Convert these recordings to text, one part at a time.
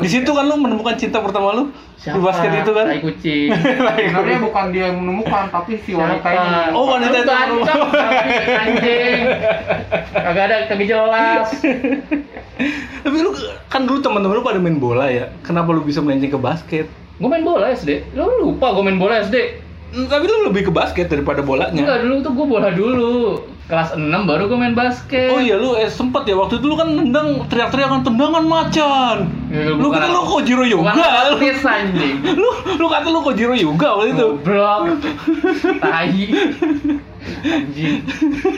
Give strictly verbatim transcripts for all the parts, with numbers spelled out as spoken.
Di situ kan lu menemukan cinta pertama lu. Siapa? Di basket itu kan. Tai kucing. Sebenarnya bukan dia yang menemukan, tapi si wanita ini. Oh, wanita itu Banteng, anjing. Kagak ada, kagak jelas. Tapi lu kan dulu teman-teman lu pada main bola ya. Kenapa lu bisa melenceng ke basket? Gue main bola S D. Lu lupa gue main bola S D. Hmm, Tapi lu lebih ke basket daripada bolanya. Enggak, dulu tuh gue bola dulu. Kelas enam baru gue main basket. Oh iya lu eh, sempet ya waktu itu lu kan nendang teriak-teriakan tendangan macan. Ya, lu kata lu Kojiro Yuga. Bukan artis anjing. lu lu kata lu Kojiro Yuga waktu itu. Goblok. Tai. Anjing.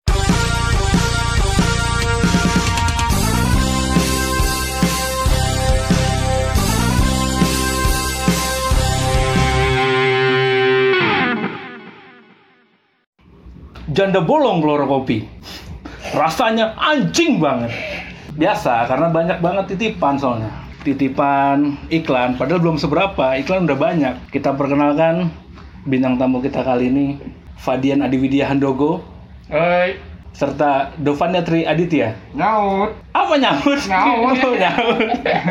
Janda bolong keluar kopi. Rasanya anjing banget. Biasa karena banyak banget titipan soalnya. Titipan iklan padahal belum seberapa, iklan udah banyak. Kita perkenalkan bintang tamu kita kali ini, Fadian Adiwidya Handogo Oi. serta Dovanya Tri Aditya. Nyaut. Apa nyaut? Nyaut. Oh, nyaut.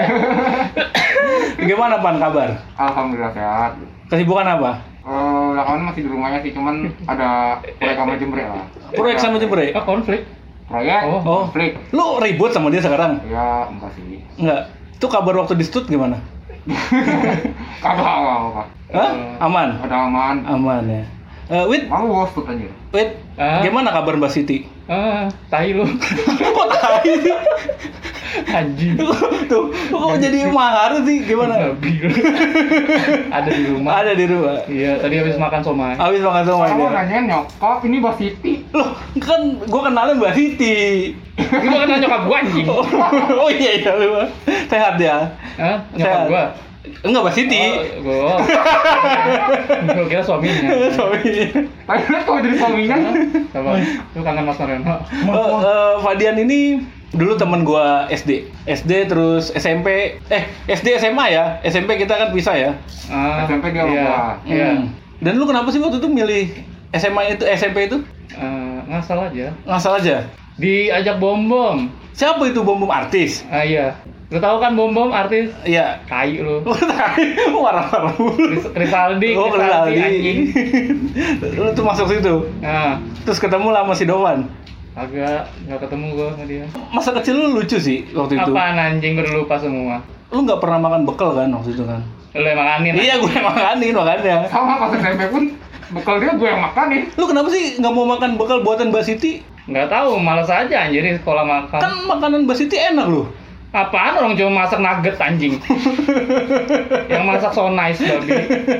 Gimana Pan kabar? Alhamdulillah sehat. Kesibukan apa? Eh, belakangan masih di rumahnya sih, cuman ada proyek sama Jembre lah. Proyek sama Jembre? Ah, konflik. Proyek? Oh. Oh. Konflik. Lu ribut sama dia sekarang? Ya, enggak sih. Enggak. Itu kabar waktu di stud gimana? Kagak apa-apa. Hah? Aman? Ada aman. Aman ya. Eh, Wit, Malu bos tuh anjir. Wit, Ah. gimana kabar Mbak Siti? Ah, tai lu. Kok tai sih? Anjing. Tuh, kok jadi mahar sih? Gimana? Babi lu. Ada di rumah. Ada di rumah. Iya, tadi habis makan somai. Habis makan sama Kamu dia. nanyain nyokap, ini Mbak Siti. Loh, kan gua kenalin Mbak Siti. Ini bukan nyokap gua anjing. Oh, oh iya iya lu. Sehat ya? Hah? Nyokap Sehat. gua. Enggak Mbak Siti. Oh, gua. Gua kira suaminya. Suami. Akhirnya kau jadi suaminya. Coba, lu kangen Mas Mariano. Eh, eh, Fadian ini dulu teman gua S D. S D terus S M P. Eh, S D S M A ya. S M P kita kan pisah ya. Ah, S M P dia iya. lupa. Iya. Hmm. Dan lu kenapa sih waktu itu milih S M A itu S M P itu? Eh, ngasal aja. Ngasal aja. Diajak bom-bom. Siapa itu bom-bom artis? Ah iya. Lu tahu kan bom-bom artis? Iya. Tai lu. Oh, tadi warna-warna mulu. Kris- Krisaldi, Oh, Krisaldi Krisaldi. anjing. Lu tuh masuk situ. Nah, Terus ketemu lah sama si Dovan. agak nggak ketemu gua sama dia. Masa kecil lu lucu sih waktu itu. Apaan anjing, gua udah lupa semua. Lu nggak pernah makan bekal kan waktu itu kan? Lu yang makanin. Iya, gue yang makanin makanya. Sama pas S M P pun bekal dia gue yang makanin. Lu kenapa sih nggak mau makan bekal buatan Mbak Siti? Nggak tahu, malas aja anjir di sekolah makan. Kan makanan Mbak Siti enak loh. Apaan orang cuma masak nugget anjing. Yang masak so nice babi.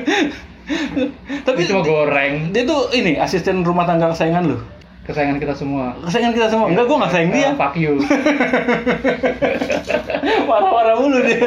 Tapi Dia cuma goreng. dia tuh ini asisten rumah tangga kesayangan lu. Kesayangan kita semua. Kesayangan kita semua. Enggak, gue nggak sayang dia. Ah, fuck you. Marah-marah mulu dia.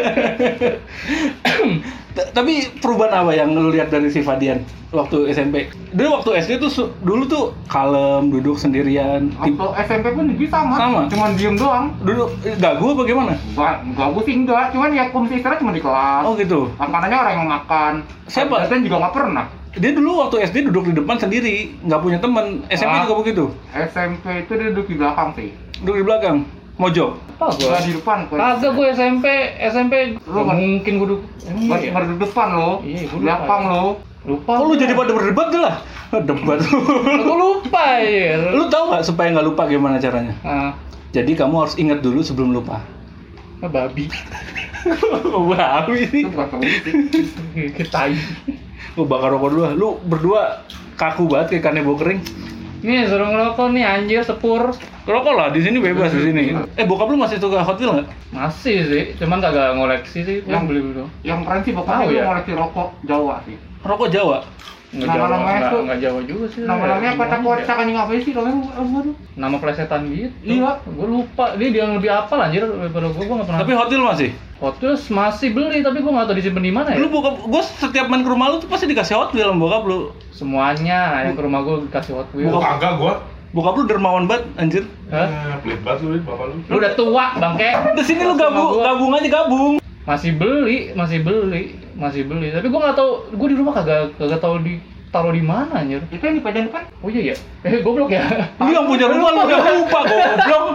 T- Tapi perubahan apa yang lu lihat dari si Fadian waktu S M P? Dulu waktu S D tuh su- dulu tuh kalem, duduk sendirian. Tip- Waktu S M P pun juga sama. Sama? Cuman diem doang. Duduk eh, gagu apa gimana? Enggak, enggak gue sih enggak. Cuman ya komisi istirahat cuma di kelas. Oh gitu. Makanannya orang yang makan. Siapa? Dan juga nggak pernah. Dia dulu waktu S D duduk di depan sendiri, nggak punya teman. S M P Ah. juga begitu. S M P itu dia duduk di belakang sih. Duduk di belakang, mojok. Apa gua? Enggak di depan. Kagak gue S M P, S M P Lu nggak kan- mungkin gue duduk. Emang Enggak iya ya? enggak di depan lo. Iya, gua lupa Belakang ya. lo. Lupa. Oh lu gua. jadi pada berdebat tuh lah. Debat. Gue lupa ya. Lu tahu nggak supaya nggak lupa gimana caranya? Ah, Jadi kamu harus ingat dulu sebelum lupa. ah, babi. Wah, Itu ini. bukan komisi. Kita. Lu bakar rokok dulu. Lu berdua kaku banget kayak kanebo kering. Nih suruh ngerokok nih anjir sepur. Rokok lah di sini bebas di sini. Eh bokap lu masih suka Hot Wheels nggak? Masih sih, cuman kagak ngoleksi sih, yang Yang- beli dulu. Yang keren sih Tahu pokoknya ya? dia ngoleksi rokok Jawa sih. Rokok Jawa. Nggak Nama- Jawa, namanya nggak, tuh- nggak Jawa juga sih. Nama-namanya Gimana kocak-kocak ya? anjing apa sih namanya? Apa tuh? Nama plesetan gitu. Iya. Gue lupa, dia dia yang lebih apal anjir daripada gue, gue nggak pernah. Tapi Hot Wheels masih. Hot Wheels masih beli, tapi gue nggak tahu disimpan di mana ya. Lu bokap gua setiap main ke rumah lu tuh pasti dikasih Hot Wheels sama bokap lu. Semuanya yang ke rumah gue dikasih Hot Wheels. Bukan. Kagak gua. Bokap lu dermawan banget anjir. Hah? Eh, pelit banget lu, bapak lu. Lu udah tua bangke. Di sini lu Sama gabung, gua. gabung aja gabung. Masih beli, masih beli, masih beli. Tapi gue nggak tahu, gue di rumah kagak kagak tahu di taruh di mana anjir. Itu yang di pajan depan. Oh iya ya. Eh goblok ya. Lu yang punya rumah lu udah lupa goblok.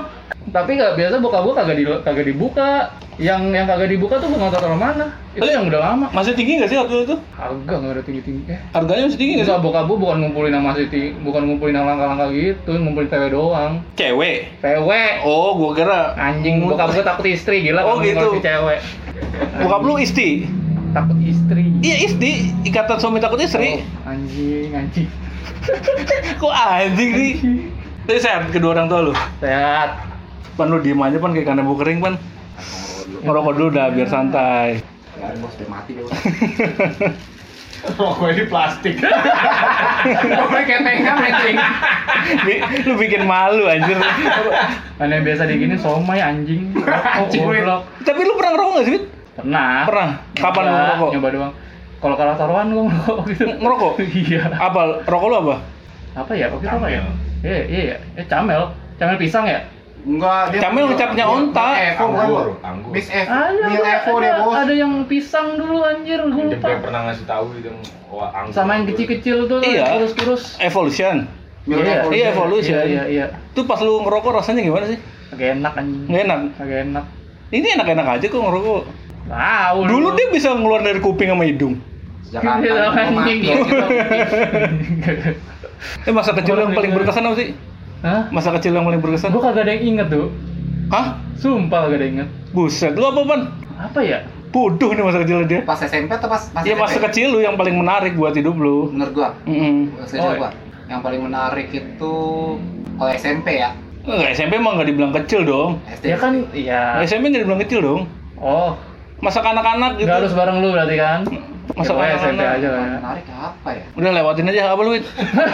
Tapi nggak biasa bokap gua kagak di kagak dibuka. Yang yang kagak dibuka tuh gua nggak tahu taruh mana. Itu yang udah lama. Masih tinggi nggak sih waktu itu? Harga nggak ada tinggi tinggi. Eh, Harganya masih tinggi nggak sih? enggak, bokap gua bukan ngumpulin sama Siti, bukan ngumpulin yang langka-langka gitu, ngumpulin P W doang. Cewek. P W. Oh, gua kira Anjing, bokap gua takut istri, gila Oh, kalau gitu. ngumpulin cewek. bokap lu isti. Takut istri. Iya isti, ikatan suami takut istri. Oh, anjing, anjing. Kok anjing nih? Tapi sehat kedua orang tua lu. Sehat. Pan lu diem aja pan kayak kanebo kering pan. Ngerokok dulu dah biar santai. Ya, bos udah mati deh. Rokok ini plastik. Rokoknya ketengan anjing. Bi- lu bikin malu anjir. Kan yang biasa diginin somai anjing. Oh, Anjing, Win. goblok. Tapi lu pernah ngerokok nggak sih, Bit? Pernah. Pernah. Kapan lu Nyoba, ngerokok? Nyoba doang. Kalau kalah taruhan gua ngerokok gitu. Ngerokok? Iya. Apa? Rokok lu apa? Apa ya? Waktu itu apa ya? Iya, iya, iya. Eh, camel. Camel pisang ya? Enggak, dia Camel ngecapnya onta. Evo bukan, Anggur, Bos. anggur. Mix F, Ada, Mil Evo ada, dia, Bos. ada yang pisang dulu anjir, gua Dia lupa. pernah ngasih tahu itu wah anggur. Sama yang kecil-kecil tuh, Iya. kurus-kurus. Evolution. Mil Iya, Evo. Iya, Evolution. Iya, iya, iya. Itu pas lu ngerokok rasanya gimana sih? Agak enak anjing. Nggak enak. Agak enak. Ini enak-enak aja kok ngerokok. Tahu. Dulu dia bisa ngeluar dari kuping sama hidung. Sejak Iya, kapan gua anjing. mati? Eh masa kecil yang paling berkesan apa sih? Hah? Masa kecil yang paling berkesan? Gua kagak ada yang inget tuh. Hah? Sumpah kagak ada yang inget. Buset, lu apa pan? Apa ya? Bodoh nih masa kecil dia. Pas S M P atau pas pas Iya S M P? masa kecil lu yang paling menarik buat hidup lu. Menurut gua, Mm-mm. masa Oh, kecil iya. gua. Yang paling menarik itu kalau S M P ya. Enggak, S M P mah nggak dibilang kecil dong. S D. Ya kan, iya. S M P nggak dibilang kecil dong. Oh, Masa anak-anak gitu. nggak harus bareng lu berarti kan? Masa Ya, pokoknya S M P anak-anak. aja lah ya. Menarik apa ya? Udah lewatin aja apa lu, Wit?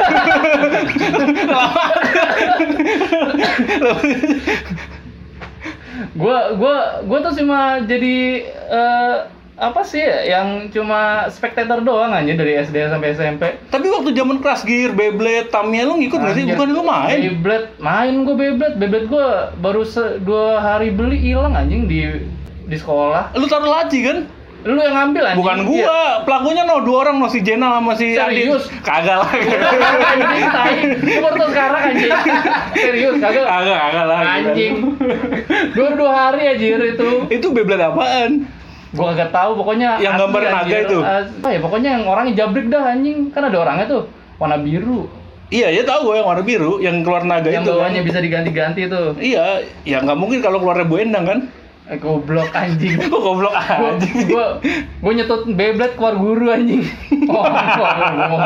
Gua, gua, gua tuh cuma jadi eh, apa sih ya, yang cuma spectator doang aja dari S D sampai S M P. Tapi waktu zaman Crash Gear, Beyblade, Tamiya lu ngikut nggak sih? Anjir. Bukan lu main. Beyblade, main gua Beyblade. Beyblade gua baru se- dua hari beli hilang anjing di di sekolah. Lu taruh laci kan? Lu yang ngambil anjing. Bukan Iya. gua, pelakunya no dua orang, no si Jenal sama si Serius? Adi. Kagak lah. Anjing, tai. Gua baru tau sekarang anjing. Serius, kagak. Kagak, kagak lah. Anjing. Dua dua hari anjir itu. Itu Beyblade apaan? Gua kagak tahu pokoknya. Yang asli, gambar naga anjir. itu? As- Apa ya, pokoknya yang orangnya jabrik dah anjing. Kan ada orangnya tuh warna biru. Iya, ya tahu gua yang warna biru, yang keluar naga Yang itu. bawahnya kan. bisa diganti-ganti tuh. Iya, ya nggak mungkin kalau keluarnya Bu Endang kan? Eh, goblok anjing. Kok goblok Gua, anjing. gua, gua nyetut Beyblade keluar guru anjing. Oh, ngomong.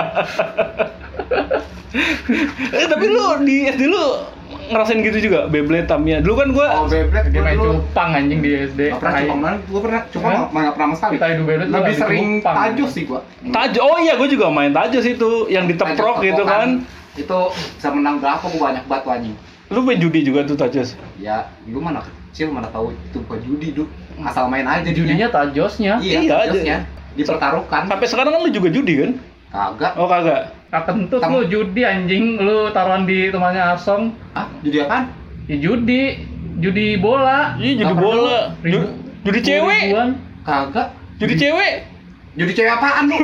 Eh, tapi lu di S D lu ngerasain gitu juga Beyblade, Tamiya. Dulu kan gua Oh, Beyblade Dia gua main dulu cupang anjing di S D. nggak pernah cuma kemarin, gua pernah cuma Hah? nggak pernah sama sekali. Kita hidup Beyblade tuh Lebih lagi sering cupang. tajus sih gua. Tajos. Oh iya, gua juga main tajos itu, yang diteprok Tajus gitu kan. Itu bisa menang berapa gua banyak banget tuh anjing. Lu main judi juga tuh tajos. Ya, lu mana kecil mana tahu itu bukan judi, Duk. Asal main aja Judinya tajosnya. Iya, Iya, tajusnya. Dipertaruhkan. Sampai sekarang kan lu juga judi kan? Kagak. Oh kagak. Ah, kentut Tam- lu judi anjing. Lu taruhan di rumahnya Arsong. Hah? Judi apaan? Ya judi. Judi bola. Iya judi Nggak bola. Ribu- Ju- Judi cewek. ribuan. Kagak. Judi cewek. Judi cewek apaan lu?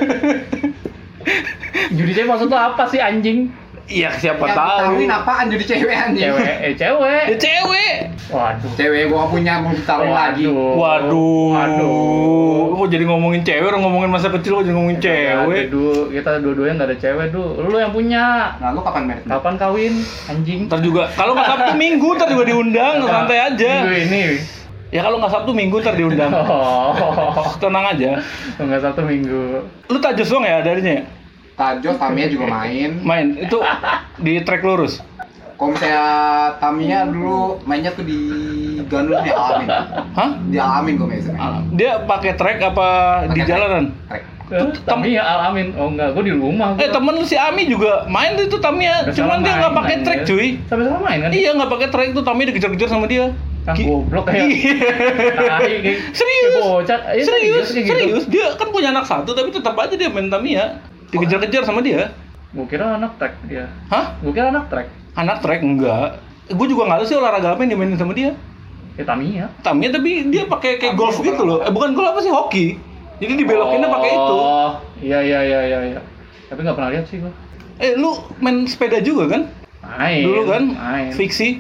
Judi cewek maksud lu apa sih anjing? Iya siapa Yang tahu. ditaruhin apaan judi cewek anjing? Cewek, eh cewek. Ya cewek. Waduh. Cewek gua punya mau ditaruhin lagi. Waduh. Waduh. Kok jadi ngomongin cewek, orang ngomongin masa kecil kok jadi ngomongin cewek. Aduh, kita dua-duanya nggak ada cewek, Du. Lu yang punya. Nah, lu kapan merit? Kapan kawin, anjing? Ntar juga, kalau nggak Sabtu Minggu ntar juga diundang, santai aja. Minggu ini. Ya kalau nggak Sabtu Minggu ntar diundang. Oh, Tenang aja. nggak satu minggu. Lu tajus doang ya adanya? Tajos, Tamiya juga main. Main, itu di track lurus. Kalau misalnya Tamiya dulu mainnya tuh di Gandul di Alamin. Hah? Di Alamin gua biasa main. Dia pakai track apa di Pakai jalanan? Trek. Eh, Tamiya Al-Amin. Oh enggak, gua di rumah. Eh temen lu si Ami juga main tuh itu Tamiya, Sama-sama cuman dia nggak main, pakai anjir. track cuy. Sama-sama main kan? Iya nggak pakai track tuh Tamiya dikejar-kejar sama dia. Kan Gi- goblok ya. Iya. Tai, kayak- Serius? kayak bocah. Iya, serius, kayak gitu. serius. Dia kan punya anak satu tapi tetap aja dia main Tamiya. Dikejar-kejar sama dia. Gua kira anak track dia. Hah? Gua kira anak track. Anak track enggak. Gue juga nggak tahu sih olahraga apa yang dimainin sama dia. Ya Tamiya. Tamiya tapi dia pakai kayak Tamiya golf bukan gitu loh. Eh bukan golf apa sih hoki. Jadi dibelokinnya pakai itu. Oh, iya iya iya iya iya. Tapi nggak pernah lihat sih gua. Eh lu main sepeda juga kan? Main. Dulu kan? Main. Fiksi.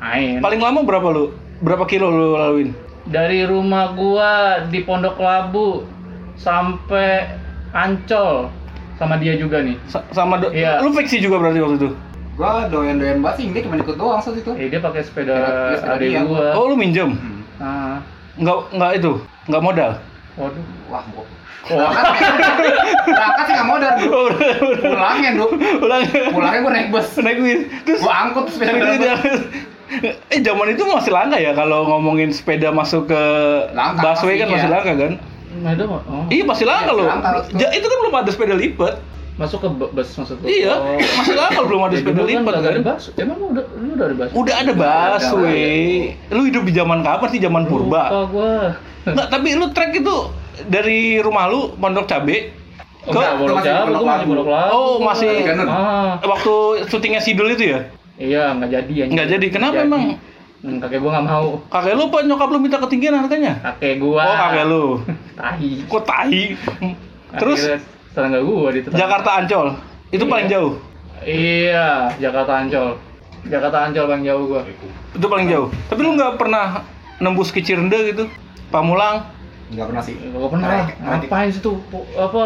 Main. Paling lama berapa lu? Berapa kilo lu laluin? Dari rumah gua di Pondok Labu sampai Ancol sama dia juga nih. Sa- sama do- Iya. lu fiksi juga berarti waktu itu? Gua doyan-doyan banget sih, dia cuma ikut doang saat itu. Eh dia pakai sepeda Dia sepeda adek dia. gua. Oh, lu minjem? Hmm. Ah. Nggak, nggak itu? Nggak modal? Waduh. Wah, gua berangkat, berangkat sih nggak modal dulu. Oh, udah, udah. Pulangnya dulu, Ulang. pulangnya gua naik bus, Naik bis. Terus gua angkut sepeda itu bus. dia- Eh, zaman itu masih langka ya kalau ngomongin sepeda masuk ke Langka, busway kan pasti, masih iya. langka kan? Ada mah. Oh. Iya, masih langka Iya, loh. langka, betul. Ja, itu kan belum ada sepeda lipat. Masuk ke bu- bus maksud lu? Iya, Oh. masih langka belum ada Ya, sepeda dulu kan lipat nggak ada kan? bus. Emang lu udah lu udah ada bus? Udah ada busway. Lu hidup di zaman kapan sih? Zaman purba. Lupa gua. Enggak, tapi lu trek itu dari rumah lu Pondok Cabe ke Enggak, itu Pondok masih Jawa, Pondok gua masih Labu. Pondok Labu. Oh, masih- Masih Ganun. Ah. waktu syutingnya Sidul itu ya? Iya, nggak jadi anjing. Nggak jadi. Kenapa Nggak emang? jadi. Hmm, kakek gua nggak mau. Kakek lu apa nyokap lu minta ketinggian harganya? Kakek gua. Oh, kakek lu. Tahi. Kok tahi? Terus Akhirnya tetangga gua di tetangga. Jakarta Ancol. Itu Iya. paling jauh. Iya, Jakarta Ancol. Jakarta Ancol paling jauh gua. Itu paling jauh. Tapi lu nggak pernah nembus ke Cirende gitu? Pamulang? Nggak pernah sih. Gak pernah. Naik- naik- Ngapain sih tuh? Apa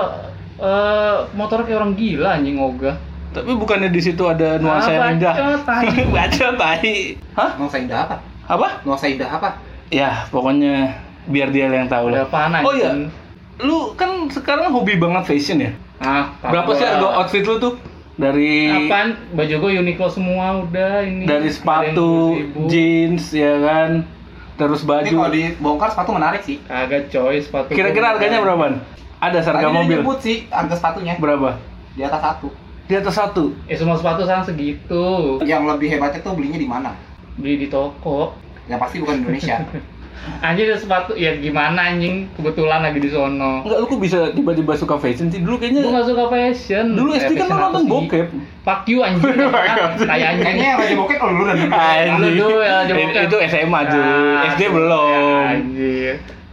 eh motor kayak orang gila anjing ogah. Tapi bukannya di situ ada nuansa Ah, yang indah? bacot, tai. Bacot, tai. Hah? Nuansa indah apa? Apa? Nuansa indah apa? Ya, pokoknya biar dia yang tahu Ada lah. apaan Oh iya, anjing? lu kan sekarang hobi banget fashion ya? Ah, Berapa sih harga outfit lu tuh? Dari Apaan? Baju gue Uniqlo semua udah ini. dari sepatu, Ada yang dua ribu. jeans ya kan, terus Ini baju. kalau dibongkar sepatu menarik sih. Kagak coy sepatu. Kira-kira harganya berapaan? Ada harga Tadi dia mobil. nyebut sih harga sepatunya Berapa? di atas satu. Di atas satu. Eh semua sepatu sekarang segitu. Yang lebih hebatnya tuh belinya di mana? Beli di toko. Yang pasti bukan Indonesia. Anjing ada sepatu ya gimana anjing kebetulan lagi di sono. Enggak, lu kok bisa tiba-tiba suka fashion sih? Dulu Gue kayaknya gak suka fashion. dulu S D Eh, kan lu fashion nonton apa sih? bokep. Fuck you anjing. Kayak anjing. Kayaknya yang Raja Bokep kalau lu dan dulu. Anjing. Lu dulu ya, Raja Bokep. Itu S M A cuy. Ah, S D belum. Anjir.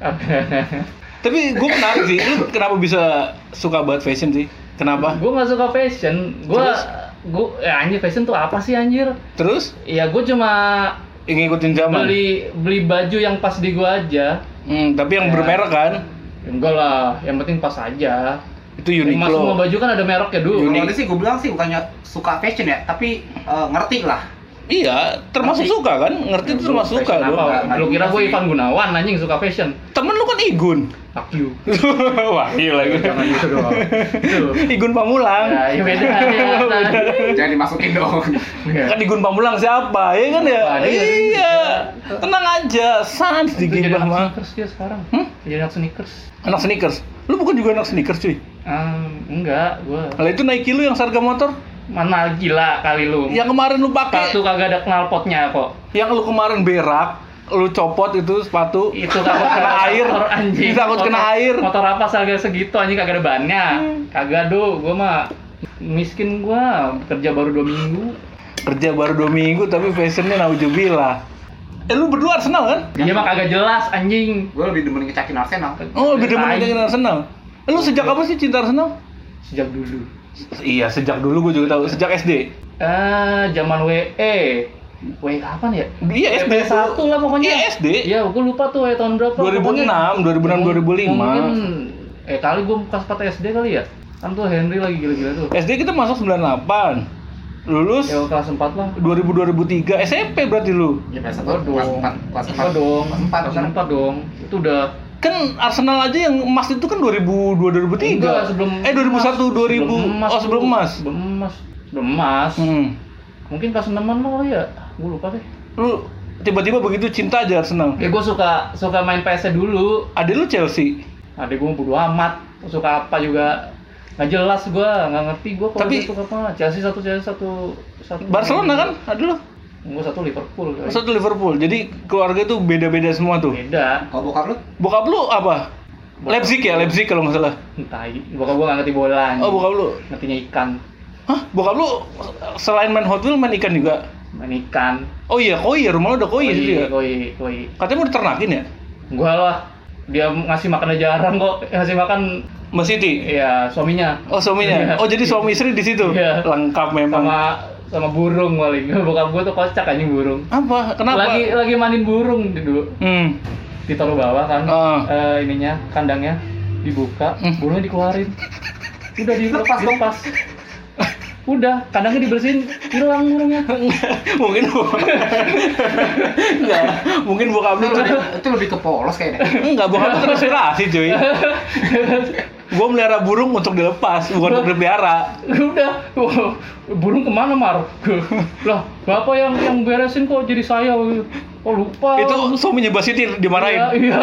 Tapi gue menarik sih, lu kenapa bisa suka banget fashion sih? Kenapa? Gue gak suka fashion. Gue Terus? gue ya anjir fashion tuh apa sih anjir? Terus Ya gue cuma ngikutin zaman. beli beli baju yang pas di gue aja. Hmm, tapi yang Ya. bermerek kan? Enggak lah, yang penting pas aja. Itu Emang semua Uniqlo. baju kan ada mereknya dulu. Uniqlo. Kalau dia sih gue bilang sih bukannya suka fashion ya, tapi eh, ngerti lah. Iya, termasuk Ngerti. suka kan? Ngerti itu termasuk suka Fashion dong. apa? Nggak- Lu kira nggak gue sih. Ivan Gunawan anjing suka fashion? Temen lu kan Igun. Fuck you. Wah, iya lagi. Jangan gitu dong. Itu. Igun Pamulang. Ya, ya beda ya. Jangan dimasukin dong. Kan Igun Pamulang siapa? Ya kan ya? Ada ya, Iya. Tenang aja, sans Itu jadi digibah anak mah. sneakers dia sekarang. Hmm? Jadi anak sneakers. Anak sneakers. Lu bukan juga anak sneakers, cuy. Um, enggak, gua Kalau itu Nike lu yang harga motor, mana gila kali lu. yang kemarin lu pakai, Sepatu kagak ada knalpotnya kok. yang lu kemarin berak, lu copot itu sepatu. Itu takut kena air. motor, anjing. Takut kena Motor- air. Motor apa harga segitu anjing kagak ada bannya. Kagak do, gua mah miskin gua, kerja baru dua minggu. Kerja baru dua minggu tapi fashionnya naujubillah. Eh lu berdua Arsenal kan? Dia mah kagak jelas anjing. Gue lebih demen ngecakin Arsenal. Oh, lebih demen Tai. ngikutin Arsenal. Eh, lu sejak apa sih cinta Arsenal? Sejak dulu. Iya, sejak dulu gue juga tahu, sejak S D. Eh, zaman W E. W E kapan ya? Iya, S D. W E satu lah pokoknya. Iya, S D. Iya, gua lupa tuh W E tahun berapa. dua ribu enam, dua ribu enam, dua ribu lima. Mungkin eh kali gua kelas empat S D kali ya. Kan tuh Henry lagi gila-gila tuh. S D kita masuk sembilan puluh delapan. Lulus Ya kelas empat lah. dua ribu dua ribu tiga S M P berarti lu. Ya biasa Enggak tuh kelas dong. empat, kelas empat. Enggak dong. Kelas empat Kelas kan. empat dong. Itu udah Kan Arsenal aja yang emas itu kan dua ribu dua, dua ribu tiga. Enggak, sebelum eh dua ribu satu, dua ribu. Sebelum emas Oh, sebelum dulu. emas. Sebelum emas. Sebelum emas. Hmm. Mungkin kelas enaman mah kali ya. Gua lupa deh. Lu tiba-tiba begitu cinta aja Arsenal. Ya gua suka suka main P S dulu. Ada lu Chelsea. Adek gue bodo amat, suka apa juga nggak jelas gue, nggak ngerti gue kalau Tapi- dia suka apa. Chelsea satu, Chelsea satu, satu. Barcelona kan? Ada lu. Gue satu Liverpool. coy. Satu Liverpool. Jadi keluarga itu beda-beda semua tuh. Beda. Kalau bokap lu? Bokap lu apa? Bokap Leipzig ya, Leipzig kalau nggak salah. Entah, bokap gue nggak ngerti bola. anjing. Oh, bokap lu. Ngertinya ikan, Hah? Bokap lu selain main Hot Wheels main ikan juga? main ikan. Oh iya, koi ya, rumah lu ada koi gitu ya? koi, koi. Katanya mau diternakin ya? Gue lah, dia ngasih makannya jarang kok, ngasih makan Mbak Siti? ya suaminya. Oh suaminya? Iya. Oh jadi suami istri di situ? Iya. Lengkap memang. Sama sama burung paling. Bokap gua tuh kocak anjing burung. Apa? Kenapa? Lagi lagi manin burung dulu. Hmm. Ditaruh bawah kan. Ah. Eh, ininya kandangnya dibuka, Hmm. burungnya dikeluarin. Udah dilepas, dilepas. Udah, kandangnya dibersihin, hilang burungnya. Mungkin enggak, mungkin bokap lu Itu tuh lebih, itu lebih ke polos kayaknya. enggak, bokap lu terinspirasi cuy. Gua melihara burung untuk dilepas, bukan untuk dipelihara. Udah, wah, burung kemana Mar? Lah, bapak yang yang beresin kok jadi saya? Oh lupa. Itu suaminya Mbak Siti dimarahin. Iya, iya.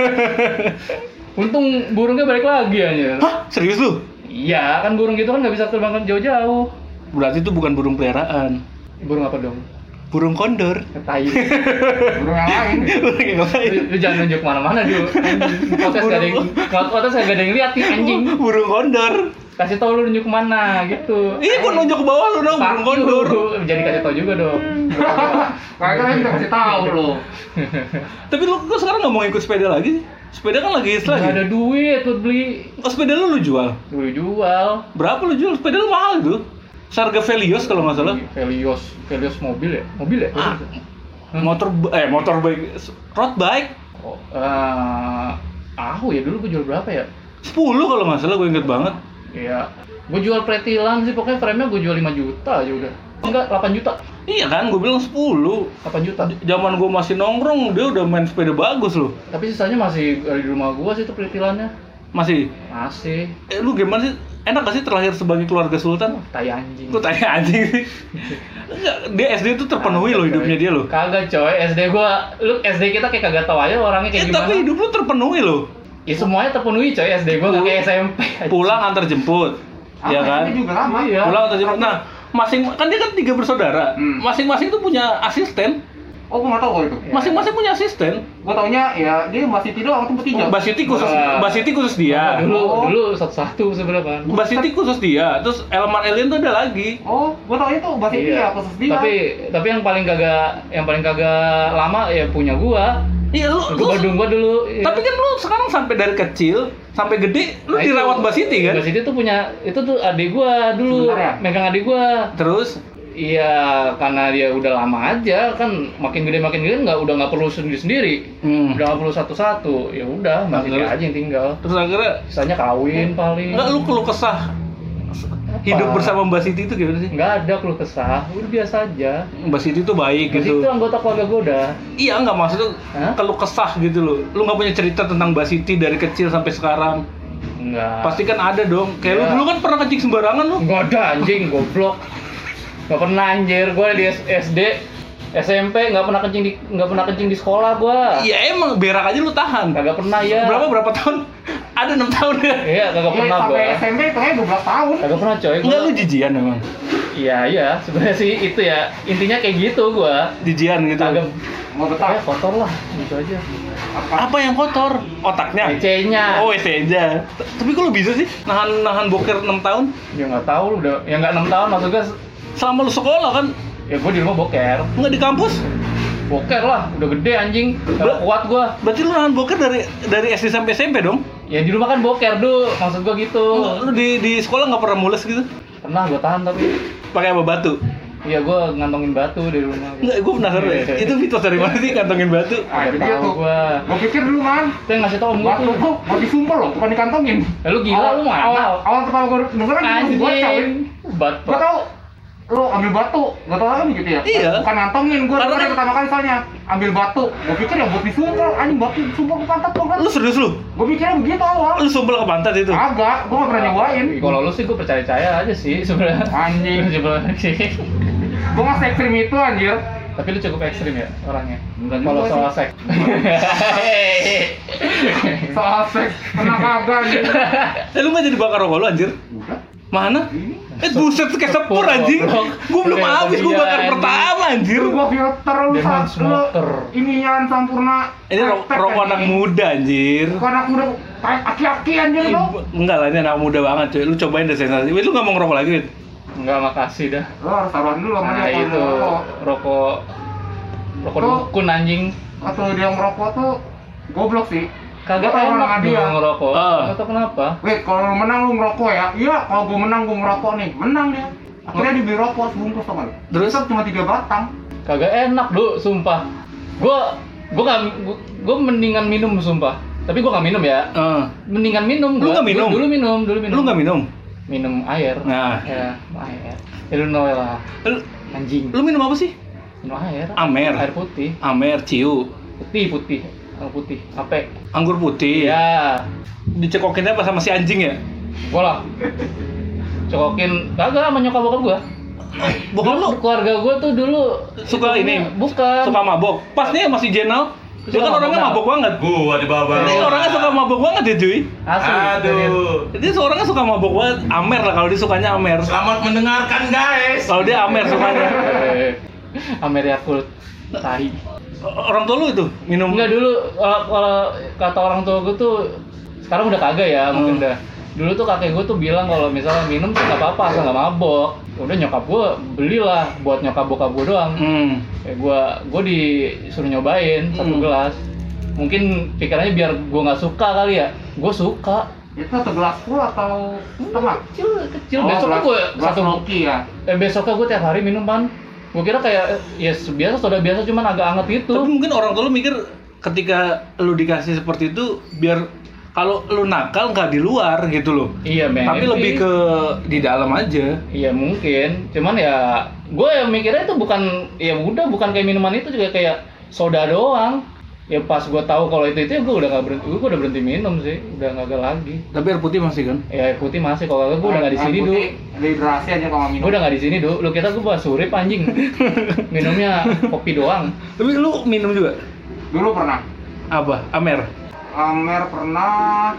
Untung burungnya balik lagi aja. Hah? Serius lu? Iya, kan burung gitu kan nggak bisa terbang jauh-jauh. Berarti itu bukan burung peliharaan. Burung apa dong? Burung kondor. Tai. Burung yang lain. Burung yang lain. Lu, lu jangan nunjuk mana-mana dulu. Podcast gak ada yang, podcast gak ada yang lihat nih anjing. Burung kondor. Kasih tau lu nunjuk kemana gitu. Iya, gua nunjuk ke bawah lu dong, burung Fuck kondor. you. Jadi kasih tau juga dong. Kayaknya kan udah kasih tahu lo. Tapi lu kok sekarang nggak mau ikut sepeda lagi? Sepeda kan lagi hits Gak lagi. ada duit buat beli. Oh, sepeda lu lu jual? Dulu jual. Berapa lu jual? Sepeda lu mahal tuh. Seharga Velios kalau nggak salah. Velios, Velios mobil ya? Mobil ya? Ah, motor eh motor bike, road bike Oh, uh, aku ya dulu gue jual berapa ya? sepuluh kalau nggak salah, gue inget banget. Iya. Gue jual pretilan sih, pokoknya frame-nya gue jual lima juta aja udah. Enggak, delapan juta. Iya kan, gue bilang sepuluh. delapan juta. Zaman gue masih nongkrong, dia udah main sepeda bagus loh. Tapi sisanya masih ada di rumah gue sih itu pretilannya. Masih. Masih. Eh, lu gimana sih? Enak gak sih terlahir sebagai keluarga sultan? Tai anjing. Gue tanya anjing sih. Enggak, dia S D tuh terpenuhi loh hidupnya dia loh. Kagak coy, S D gua, lu S D kita kayak kagak tahu aja orangnya Eh, kayak gimana. tapi hidup lu terpenuhi loh. Ya semuanya terpenuhi coy, S D gua nggak kayak S M P. Pulang antar jemput. Iya kan? Ini juga lama. Iya. Pulang antar jemput. Nah, masing kan dia kan tiga bersaudara. Hmm. Masing-masing tuh punya asisten. Oh, gua nggak tahu kalau itu. Iya. Masing-masing punya asisten. Gua taunya ya dia masih tidur waktu bertiga. Mbak Siti khusus, Wah. Mbak Siti khusus dia. Dulu Oh. dulu satu-satu sebenarnya kan. Mbak Siti khusus dia. Terus Elman Elin tuh ada lagi. Oh, gua taunya tuh masih Iya. dia khusus dia. Tapi tapi yang paling kagak yang paling kagak lama ya punya gua. Iya lu, lu Gua Badung gua dulu. Iya. tapi kan lu sekarang sampai dari kecil sampai gede lu Nah, itu- dirawat Mbak Siti kan? Mbak Siti tuh punya itu tuh adik gua dulu, Sebentar ya? megang adik gua. Terus Iya, karena dia udah lama aja kan makin gede makin gede nggak udah nggak perlu sendiri sendiri, hmm. udah nggak perlu satu-satu. Ya udah, Nah, masih dia terus? aja yang tinggal. Terus akhirnya Sisanya kawin paling. enggak lu keluh kesah hidup bersama Mbak Siti itu gimana sih? Nggak ada keluh kesah, udah biasa aja. Mbak Siti tuh baik Mbak Siti gitu. itu anggota keluarga gua udah. Iya enggak maksudnya Hah? keluh kesah gitu loh. Lu nggak punya cerita tentang Mbak Siti dari kecil sampai sekarang? Enggak. Pasti kan ada dong. Kayak lu Iya. dulu kan pernah kencing sembarangan lu. Nggak ada anjing, goblok. Nggak pernah anjir, gua di S D, S M P nggak pernah kencing di nggak pernah kencing di sekolah gua. Iya emang berak aja lu tahan. Kagak pernah ya. Berapa berapa tahun? Ada enam tahun ya. Iya, kagak Iya, pernah gua. sampai S M P itu dua belas tahun. Kagak pernah coy. Enggak Gua- lu jijian emang. Iya, iya, sebenarnya sih itu ya. Intinya kayak gitu gua. Jijian gitu. Kagak Mau eh, betah. kotor lah, gitu aja. Apa? Apa yang kotor? Otaknya. W C-nya. Oh, W C aja. T- Tapi kok lu bisa sih nahan nahan boker enam tahun? Ya nggak tahu lu udah, ya nggak enam tahun maksud gua. Selama lu sekolah kan? Ya gua di rumah boker. Enggak di kampus? Boker lah, udah gede anjing. Ber- Nggak kuat gua. Berarti lu nahan boker dari dari S D sampai S M P dong? Ya di rumah kan boker dulu, maksud gua gitu. Enggak, lu di di sekolah nggak pernah mules gitu? Pernah gua tahan tapi Pakai apa batu? iya gua ngantongin batu dari rumah. Enggak, gue penasaran deh. Itu mitos dari mana sih kantongin batu? Ah, Nggak itu dia tahu tuh. gua. Gua pikir dulu man, Itu yang ngasih tau om gua batu tuh. tuh mau disumpel loh, bukan dikantongin. Ya, lu gila lu Awal, mana? awal pertama gua denger kan Anjing. gua coy. Batu. Gua tau lu ambil batu, gak tau kan gitu ya? Iya. Bukan ngantongin, gua Karena denger kan- pertama kali soalnya ambil batu. Gua pikir ya buat disumpel, anjing batu disumpel ke pantat gua kan. Lu serius lu? Gua pikirnya begitu awal. Lu sumpel ke pantat itu? Agak, gua gak pernah nyobain. Kalau lu sih gua percaya-percaya aja sih sebenarnya. Anjing. Coba sih. Gua nggak se-ekstrim itu anjir. Tapi lu cukup ekstrim ya orangnya. Enggak Kalau juga soal sih. seks. Soal seks, pernah kagak anjir. Eh lu nggak jadi bakar rokok lu anjir? Udah. Mana? Ini. Eh buset kayak sepur anjing. Gue belum Udah, habis gue iya, bakar anjing. pertama anjir. Lu gua filter lu Demon sa- smoker. lu inian sampurna. Ini ro- Hashtag, rokok anak anjing. muda anjir. Bukan anak muda, kayak aki-aki anjir Ih, itu. Enggak lah ini anak muda banget cuy. Lu cobain deh sensasi. Wih, lu nggak mau ngerokok lagi, Wid? Enggak, makasih dah. Lu harus taruhan dulu sama Nah, dia kalau itu mau ngerokok. rokok rokok Tuh. dukun anjing. Atau dia ngerokok tuh goblok sih. Kagak Gua taruhan enak sama dia dia. ngerokok. Ah. Enggak tahu kenapa. Wait, kalau lu menang lu ngerokok ya? Iya, kalau gua menang gua ngerokok nih. Menang dia. Akhirnya dibeli rokok sebungkus tau nggak? Terus? Itu cuma tiga batang. Kagak enak, Du, sumpah. Gua gua nggak gua, gua mendingan minum sumpah. Tapi gua nggak minum ya. Eh, Mendingan minum Lu gua. nggak minum? Dulu minum, dulu minum. lu nggak minum? Minum air. Nah. Ya, air. Illinois lah. Lu, Anjing. lu minum apa sih? Minum air. Amer. Air putih. Amer, ciu, Putih, putih. Air putih. Ape. anggur putih. Iya. Dicekokinnya apa sama si anjing ya? Gua lah. Cokokin kagak sama nyokap bokap gua. Bokap lu Keluarga gua tuh dulu suka itu- ini? bukan. Suka mabok. Pas nih masih Jenal. Dia kan Suka orangnya mabok. mabok banget. Gua di bawah. Dia orangnya suka mabok banget ya, cuy. Asli. Aduh. Dia seorangnya suka mabok banget. Amer lah kalau dia sukanya Amer. Selamat mendengarkan guys. Kalau dia Amer sukanya. Eh, Amer Yakult. Tai. Orang tua lu itu minum. Enggak dulu kalau, kalau kata orang tua gua tuh sekarang udah kagak ya, mungkin Hmm. udah. Dulu tuh kakek gua tuh bilang kalau misalnya minum tuh nggak apa-apa, asal nggak mabok. Udah nyokap gua belilah buat nyokap bokap gua doang. Hmm. Kayak gua gua disuruh nyobain satu Hmm. gelas. Mungkin pikirannya biar gua nggak suka kali ya. Gua suka. Itu satu gelas full atau setengah? Kecil, kecil. Oh, Besoknya gelas- gua gelas satu Rocky ya. eh, besoknya gua tiap hari minum pan. Gua kira kayak ya biasa soda biasa cuman agak anget gitu. Tapi mungkin orang tua lu mikir ketika lu dikasih seperti itu biar kalau lu nakal nggak di luar gitu loh. Iya, men. Tapi lebih ke di dalam aja. Iya mungkin, cuman ya gue yang mikirnya itu bukan ya udah bukan kayak minuman itu juga kayak soda doang. Ya pas gue tahu kalau itu itu ya gue udah nggak berhenti, gue udah berhenti minum sih, udah nggak lagi. Tapi air putih masih kan? Ya air putih masih, kalau kagak gue udah nggak di sini Air dulu. putih, dehidrasi aja kalau minum. Gue udah nggak di sini dulu. Lu kira gue bahas surip anjing? Minumnya kopi doang. Tapi lu minum juga? Dulu pernah. Apa? Amer? Amer pernah,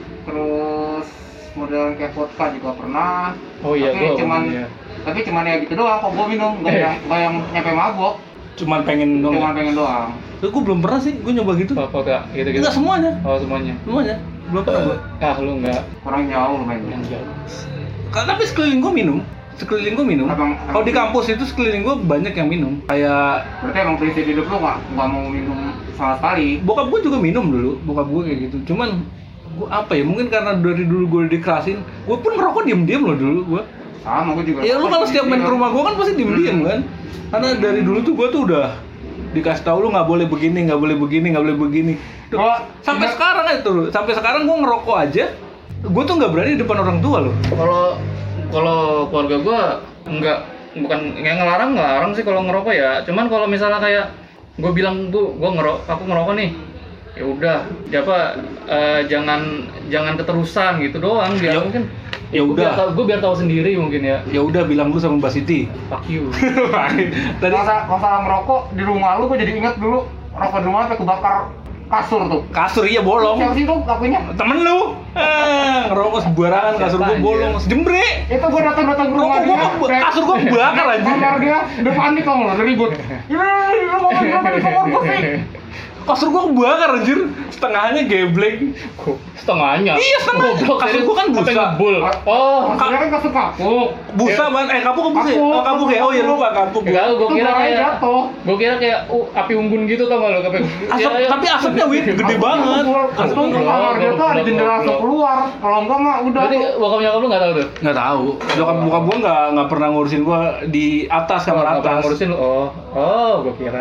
terus model kayak vodka juga pernah. Oh iya, Tapi gue cuman, iya. tapi cuman ya gitu doang. Kok gue minum, nggak Eh. yang nggak yang nyampe mabok, Cuman pengen dong. cuman pengen doang. Tapi gue belum pernah sih, gue nyoba gitu. Apa apa gitu-gitu. Enggak semuanya. Oh semuanya. Semuanya. Belum pernah gue. Ah lu nggak Kurang jauh lumayan. yang jauh. Tapi sekeliling gue minum. Sekeliling gue minum. Abang- Kalau di kampus itu sekeliling gue banyak yang minum. Kayak Berarti emang prinsip hidup lu nggak nggak mau minum sama sekali. bokap gue juga minum dulu. Bokap gue kayak gitu. Cuman gue apa ya? Mungkin karena dari dulu gue dikerasin. Gue pun ngerokok diem-diem loh dulu gue. Sama gue juga. Ya lu kalau setiap main ke rumah gue kan pasti diem-diem kan. Karena dari dulu tuh gue tuh udah dikasih tahu lu nggak boleh begini, nggak boleh begini, nggak boleh begini. Tuh, Gua- sampai tidak- sekarang aja tuh. Sampai sekarang gue ngerokok aja. Gue tuh nggak berani di depan orang tua loh. Kalau kalau keluarga gua enggak bukan yang ngelarang ngelarang sih kalau ngerokok ya. Cuman kalau misalnya kayak gua bilang bu, gua ngerok, aku ngerokok nih. Ya udah, siapa eh, jangan jangan keterusan gitu doang. Biar Ya- mungkin ya gua udah. biar tahu- Gua biar tahu sendiri mungkin ya. Ya udah bilang dulu sama Mbak Siti. Fuck you. Tadi Masa masalah merokok di rumah lu, gue jadi ingat dulu rokok di rumah sampai kebakar kasur tuh. kasur iya bolong. Siapa sih tuh lakuinnya? Temen lu ah, ngerokok sembarangan, kasur Siapa, gua bolong, anjir? sejembre. Itu gue datang-datang ke rumah Rokok dia. gua ke- kayak- kasur gua kebakar, anjing. Kamar dia udah panik kamu loh, udah ribut. Ini lu ngomong kenapa di kamar gua sih? Kasur gua kebakar anjir, setengahnya geblek. Kok setengahnya? Iya, setengah. Goblok, Kasur serius. gua kan Sampai busa. ngebul. Oh, Maksudnya kan kasur kapuk. Busa ban, eh kapuk kapuk ya? Kapuk, Oh kapuk ya? Oh iya lupa kapuk. enggak, gua Itu kira barangnya kayak jatuh. gua kira kayak uh, api unggun gitu tau gak lo kayak Asap, ya, ya. tapi asapnya wit gede Kapuk banget. kapuk. Asap Untung tuh kamar dia tuh ada jendela langsung keluar. Kalau enggak mah udah Berarti tuh. bokap nyokap lu nggak tahu tuh? nggak tahu. Bokap bokap gua nggak nggak pernah ngurusin gua di atas kamar Nggak pernah atas. ngurusin lu. Oh, oh, gua kira.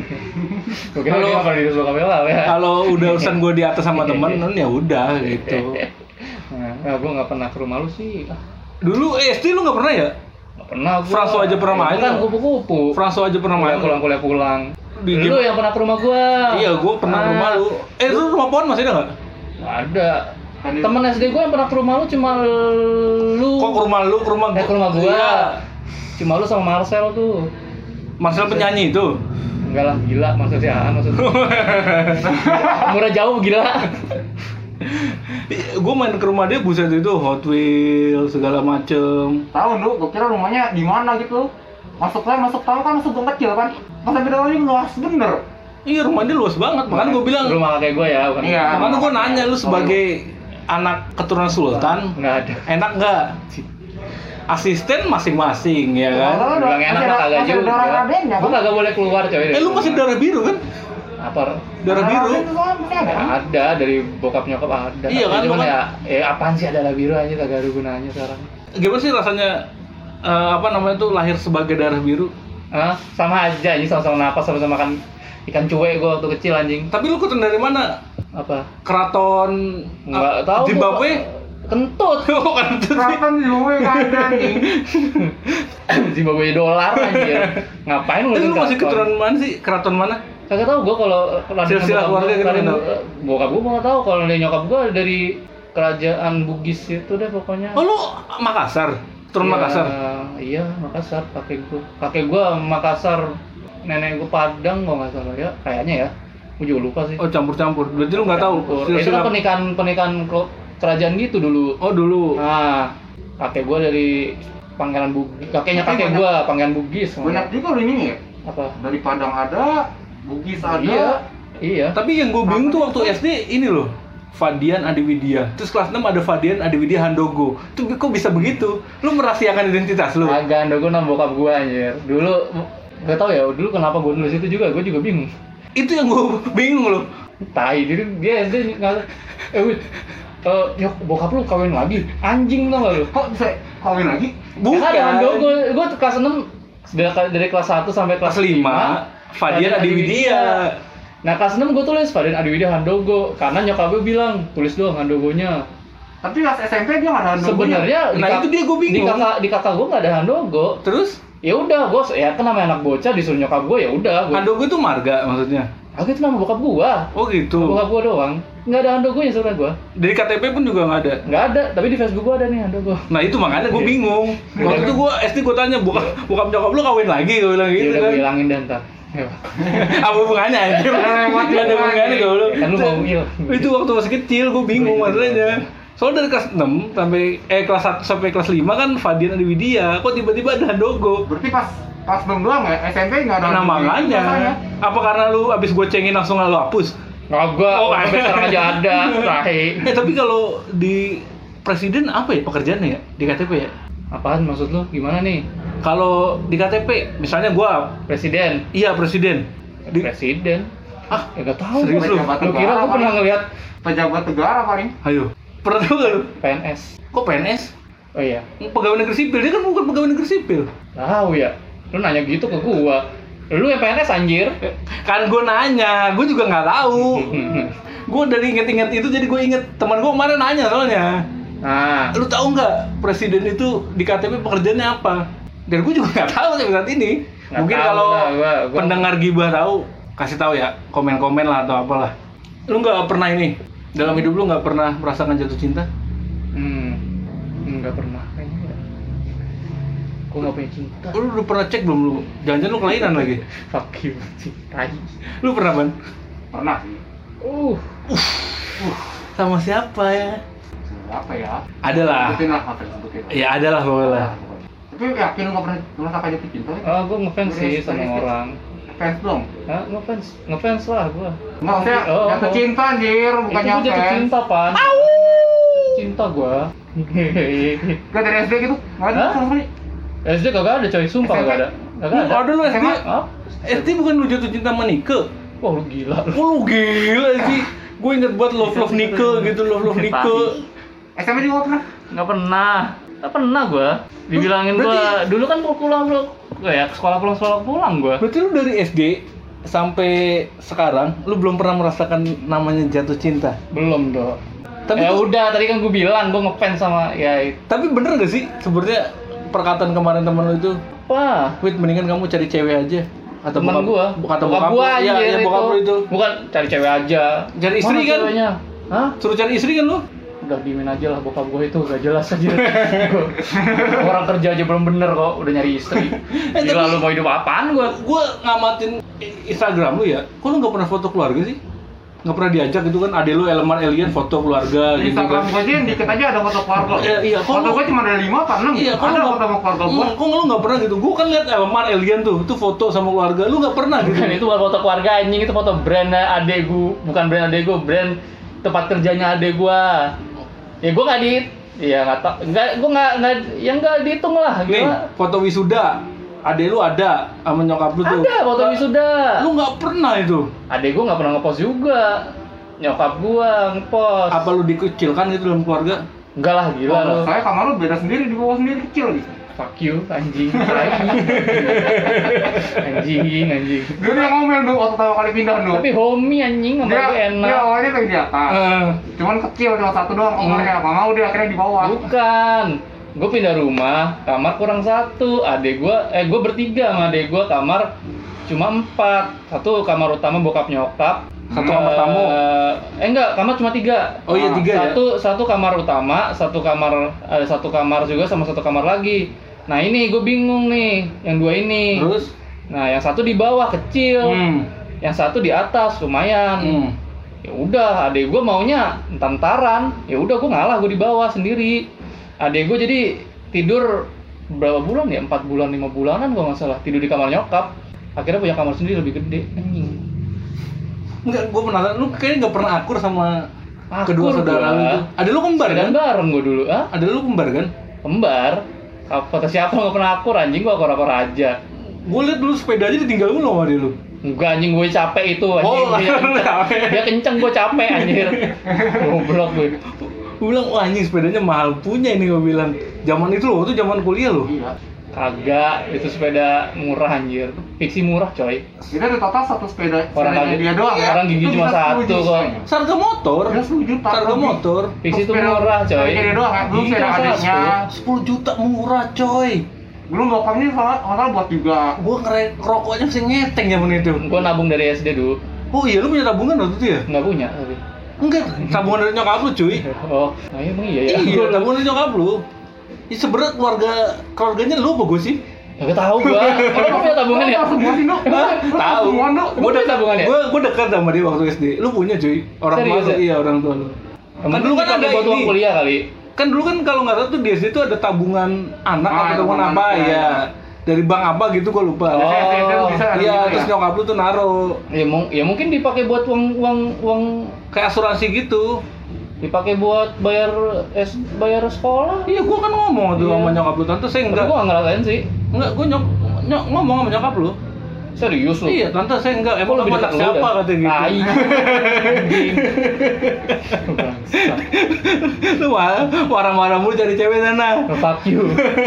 Gua kira Kalau- dia nggak pernah diurus bokapnya lah ya. Kalau udah urusan gua di atas sama temen, ya udah gitu. Nah, nah, gua nggak pernah ke rumah lu sih. Ah, Dulu S D lu nggak pernah ya? nggak pernah gua. François aja pernah main, Kan lo. kupu-kupu. Franso aja pernah main. Pulang kuliah pulang. Di Lu game- yang pernah ke rumah gua. Iya, gua pernah ke Ah, rumah lu. Eh, lu rumah pohon masih ada nggak? nggak ada. Kan di- Temen S D gua yang pernah ke rumah lu cuma lu. Kok ke rumah lu, ke rumah Eh, ke rumah gua. Iya. Cuma lu sama Marcel tuh. Marcel penyanyi itu. Enggak lah, gila Marcel Siaan maksudnya. Murah jauh gila. Gue main ke rumah dia buset itu Hot Wheels segala macem. Tahu lu, gua kira rumahnya di mana gitu. Masuk lah, masuk tahu kan masuk gang kecil kan. Masa beda lagi luas bener. Iya rumah dia luas banget. Makanya gue bilang. Rumah kakek gua ya, bukan. Iya. Makanya gue nanya lu sebagai anak keturunan sultan, Enggak ada. enak nggak? Asisten masing-masing ya kan? Kalau Bilang enak masih mah ada- kagak masih ada juga. darah radennya, Gua Bang. kagak boleh keluar coy. Eh lu masih darah biru kan? apa? Darah biru. Raden tuh kan masih ada Ya, kan? ada dari bokap nyokap ada. Iya kan, Cuman lu kan- ya, eh apaan sih ada darah biru aja kagak ada gunanya sekarang. Gimana sih rasanya eh, apa namanya tuh lahir sebagai darah biru. Hah? Sama aja ini sama-sama napas sama-sama makan ikan cuek gua waktu kecil anjing. Tapi lu keturunan dari mana? Apa? Keraton Enggak ah, tahu. gua. Zimbabwe. Kentut. Oh, kentut. Keraton Zimbabwe nggak ada nih. Zimbabwe dolar anjir. Ngapain lu Tapi lu ngurusin masih keraton? keturunan mana sih? Keraton mana? Kagak tahu gua kalau Silsilah keluarga gitu Raden- kan tahu? eh, bokap gua nggak tahu kalau dari nyokap gua dari kerajaan Bugis itu deh pokoknya. Oh, lu Makassar. Turun Iya, Makassar. Iya, Makassar kakek gua. Kakek gua Makassar, nenek gua Padang kalau nggak salah ya, kayaknya ya. Gua juga lupa sih. Oh, campur-campur. Berarti lu nggak tahu. Campur. Itu kan silsilah- pernikahan pernikahan kelo- kerajaan gitu dulu. Oh, dulu. Nah, kakek gua dari Pangeran Bugis. Kakeknya Tapi kakek banyak- gua Pangeran Bugis. Banyak juga loh ini ya. Apa? Dari Padang ada, Bugis ada. Iya. Iya. Tapi yang gue bingung tuh waktu S D ini loh. Fadian Adiwidya. Terus kelas enam ada Fadian Adiwidya Handogo. Tuh kok bisa begitu? Lu merahasiakan identitas lu. Agak ando gua nama bokap gua anjir. Dulu gak tau ya, dulu kenapa gua nulis itu juga, gua juga bingung. Itu yang gue bingung loh. Tai, jadi dia S D nggak eh wait, eh nyok bokap lu kawin lagi, anjing tau gak lu? Kok bisa kawin lagi? Bukan. Ya kan, ando gua, gua tuh kelas enam dari, dari kelas satu sampai kelas Kelas lima, Fadian Adiwidya. Nah kelas enam gua tulis Fadian Adiwidya Handogo karena nyokap gua bilang tulis doang Handogonya. Tapi pas S M P dia nggak ada handogonya. Sebenarnya di Nah, kak- itu dia gua bingung. Di kakak di kakak gua nggak ada Handogo. Terus Ya udah, gua ya kan namanya anak bocah disuruh nyokap gua ya udah. Gua Handogo itu marga maksudnya. Aku itu nama bokap gua. Oh gitu. Bokap gua doang. Nggak ada Handogonya sebenarnya gua. Dari K T P pun juga nggak ada. Nggak ada, tapi di Facebook gua ada nih Handogo. Nah itu makanya gue bingung. Waktu itu gue S D gue tanya bokap bokap nyokap lu kawin lagi, gue bilang Ya gitu udah kan. gua hilangin dan ntar. Ya. Apa hubungannya anjir? Lewat Gak ada hubungannya gue bilang. Kan lu mau il. Itu waktu masih kecil gue bingung masalahnya. Soalnya dari kelas enam sampai eh kelas satu sampai kelas lima kan Fadian Adiwidya, kok tiba-tiba ada Handogo? Berarti pas pas belum doang ya, S M P nggak ada Nah handogonya. makanya, apa karena lu abis gue cengin langsung lu hapus? Kagak, Oh, oh, sampai sekarang aja ada. Rahi. Eh tapi kalau di presiden apa ya pekerjaannya ya di K T P ya? Apaan maksud lu? Gimana nih? Kalau di K T P, misalnya gua, Presiden. iya presiden. Di, Presiden. ah, Ya gak tahu. Serius lu? Pejabat Lu kira negara gua pernah paling. ngeliat Pejabat negara paling. ayo. Pernah tahu gak lu? P N S? Kok P N S? Oh iya. Pegawai negeri sipil, dia kan bukan pegawai negeri sipil. Tahu ya. Lu nanya gitu ke gua. Lu yang P N S anjir. Kan gua nanya, gua juga nggak tahu. Gua dari inget-inget itu jadi gua inget teman gua kemarin nanya soalnya. Nah, Lu tahu nggak presiden itu di K T P pekerjaannya apa? Dan gua juga nggak tahu sampai saat ini. Nggak Mungkin tahu kalau lah, gua- gua- pendengar gibah tahu, kasih tahu ya, komen-komen lah atau apalah. Lu nggak pernah ini dalam hidup lu nggak pernah merasakan jatuh cinta? hmm, nggak pernah kayaknya. Ya. Gua nggak punya cinta. Lu udah pernah cek belum lu? Jangan-jangan lu kelainan lagi. Fuck you, cintai. Lu pernah ban? Pernah sih. Uh, Sama siapa ya? Apa ya? Ada lah. Sebutin lah, apa sebutin lah. Ya ada lah pokoknya. Tapi yakin lu nggak pernah merasakan jatuh cinta? ya? oh, gua ngefans sih sama orang. Fans dong. Hah, ngefans, ngefans lah gua. Maksudnya Oh, jatuh oh. cinta anjir, Itu bukannya gua jatuh fans. cinta, Pan. Jatuh cinta gua. Gak dari S D gitu? Nggak ada Hah? sama sekali. S D kagak ada coy, sumpah S M P? kagak ada. Kagak Lu ada. ada lu S D? S M A? Hah? S D bukan lu jatuh cinta sama Nike? Wah, lu gila. Oh lu gila sih. Gue inget buat love love Nike gitu, love love Nike. S M P juga pernah? Nggak pernah. Nggak pernah gua. Dibilangin gua, Berarti- dulu kan pulang pulang ya sekolah pulang sekolah pulang gua. Berarti lu dari S D sampai sekarang lu belum pernah merasakan namanya jatuh cinta. Belum dong. Tapi ya tuh- udah, tadi kan gua bilang gua ngefans sama ya itu. Tapi bener gak sih sebenarnya perkataan kemarin teman lu itu, Wah, Wit mendingan kamu cari cewek aja. Atau teman bokap- gua. Kata Bokap bokap gua lu, iya, anjir iya bokap lu itu. Bukan cari cewek aja. Cari istri Mana kan? ceweknya? Hah? Suruh cari istri kan lu? Udah diemin aja lah, bokap gua itu gak jelas aja. Gua- Orang kerja aja belum bener kok, udah nyari istri. Eh, Gila tapi- lu mau hidup apaan gua? Gue ngamatin Instagram lu ya, kok lu gak pernah foto keluarga sih? Gak pernah diajak gitu kan, ade lu elemen alien foto keluarga Di gitu kan. Instagram gua aja yang dikit aja ada foto keluarga. Iya, iya, kok Foto lu- gua cuma ada lima apa enam? Iya, kok ada lu foto nggak- sama keluarga gua. Hmm, kok lu gak pernah gitu? Gue kan liat elemen alien tuh, itu foto sama keluarga, lu gak pernah gitu. Bukan, itu bukan foto keluarga anjing, itu foto brand adek gua, bukan brand adek gua, brand tempat kerjanya adek gua. Ya gua nggak di, ya nggak tau, nggak, gua nggak nggak, yang nggak dihitung lah. Nih, Gua, foto wisuda, ade lu ada sama nyokap lu tuh. ada foto wisuda. Lu gak pernah itu? Adek gua nggak pernah ngepost juga. Nyokap gua ngepost. Apa lu dikucilkan gitu dalam keluarga? Enggak lah, gila lu. Saya kamar lu beda sendiri, di bawah sendiri kecil lagi. Fuck you, anjing. anjing, anjing. Dia dia ngomel dulu waktu pertama kali pindah dulu. Tapi homie anjing sama Dia, gue enak. dia awalnya pengen di atas. Eh, Cuman kecil cuma satu doang kamarnya. Nggak mau dia akhirnya di bawah. Bukan. Gue pindah rumah, kamar kurang satu. Adek gue, eh gue bertiga sama adek gue kamar cuma empat. Satu kamar utama bokap nyokap. Satu kamar tamu. Eh enggak, kamar cuma tiga. Oh iya, tiga ya? Satu satu kamar utama, satu kamar ada satu kamar juga sama satu kamar lagi. Nah ini gue bingung nih, yang dua ini. Terus? Nah yang satu di bawah kecil, Hmm. yang satu di atas lumayan. Hmm. Ya udah, adek gue maunya entar-entaran. Ya udah gue ngalah, gue di bawah sendiri. Adek gue jadi tidur berapa bulan ya? Empat bulan, lima bulanan gue nggak salah. Tidur di kamar nyokap. Akhirnya punya kamar sendiri lebih gede. Anjing. Enggak, gue penasaran, lu kayaknya nggak pernah akur sama Akur kedua saudara gua. lu itu. Ada lu kembar kan? Dan bareng gue dulu, ah? Ada lu kembar kan? Kembar. Kata siapa nggak pernah akur, anjing gue akur-akur aja. Gue liat dulu sepeda aja ditinggal lu sama dia lu. Enggak anjing, gue capek itu anjing. Oh, dia, lu capek. dia kenceng, gue capek anjir. Goblok gue. Gue bilang, wah anjing sepedanya mahal punya ini, gue bilang. Zaman itu loh, itu zaman kuliah loh. Iya. Kagak, itu sepeda murah anjir. Fiksi murah coy. Kita di total satu sepeda, Orang sepedanya kagak- dia doang ya. orang gigi Itu cuma bisa satu sepuluh juta. kok. Sarga motor. Dia sepuluh juta. Sarga lebih. motor. Fiksi itu Sepeda- murah coy. sepeda dia doang ya, belum Gigi sepeda cuma adiknya. satu. sepuluh juta murah coy. Belum bokapnya soalnya soalnya buat juga. Gue ngeret rokoknya masih ngeteng zaman itu. Gue nabung dari S D dulu. Oh iya, lu punya tabungan waktu itu ya? Nggak punya tapi. Enggak, tabungan dari nyokap lu cuy. Oh, nah, emang iya ya. Iya, tabungan dari nyokap lu. Ya sebenernya keluarga, keluarganya lu apa gue sih? Gak tahu gua. Kalau lu punya tabungan ya? Lu semua sih, Nuk. Hah? Lu Tahu. semua, Nuk. Gua punya tabungan ya? Gue gue dekat sama dia waktu S D. Lu punya cuy. Orang tua Serius lu, ya? iya orang tua lu. Kan dulu kan ada buat uang ini. kuliah kali. Kan dulu kan kalau nggak salah tuh di S D itu ada tabungan anak Ah, atau tabungan tabungan apa anak, ya. ya. Dari bank apa gitu gue lupa. Oh. S D itu bisa ada Iya, gitu terus ya? nyokap lu tuh naro Ya, mung- ya mungkin dipakai buat uang uang uang kayak asuransi gitu. dipakai buat bayar es bayar sekolah. Iya, gua kan ngomong tuh Iya. sama nyokap lu, tante saya Tapi enggak. gua nggak ngerasain sih. Enggak, gua nyok, nyok ngomong sama nyokap lu. Serius lu? Iya, tante saya enggak. Emang Gua kamu anak siapa kata gitu. Tai. Anjing. Bangsat. Lu marah- marah-marah mulu cari cewek sana. Fuck you.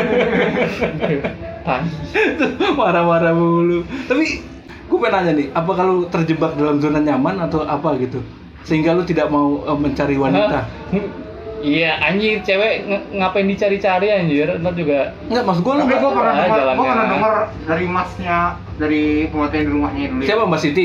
Tai. Marah-marah mulu. Tapi gua pengen nanya nih, apa kalau terjebak dalam zona nyaman atau apa gitu? Sehingga lu tidak mau eh, mencari wanita? Hah? Iya, anjing cewek ng- ngapain dicari-cari anjir? Ntar juga Enggak, maksud gua lu Tapi nggak- gue pernah Ah, dengar, jalannya. gue pernah dengar dari masnya, dari pemerhatian di rumahnya dulu. ya. Siapa Mbak Siti?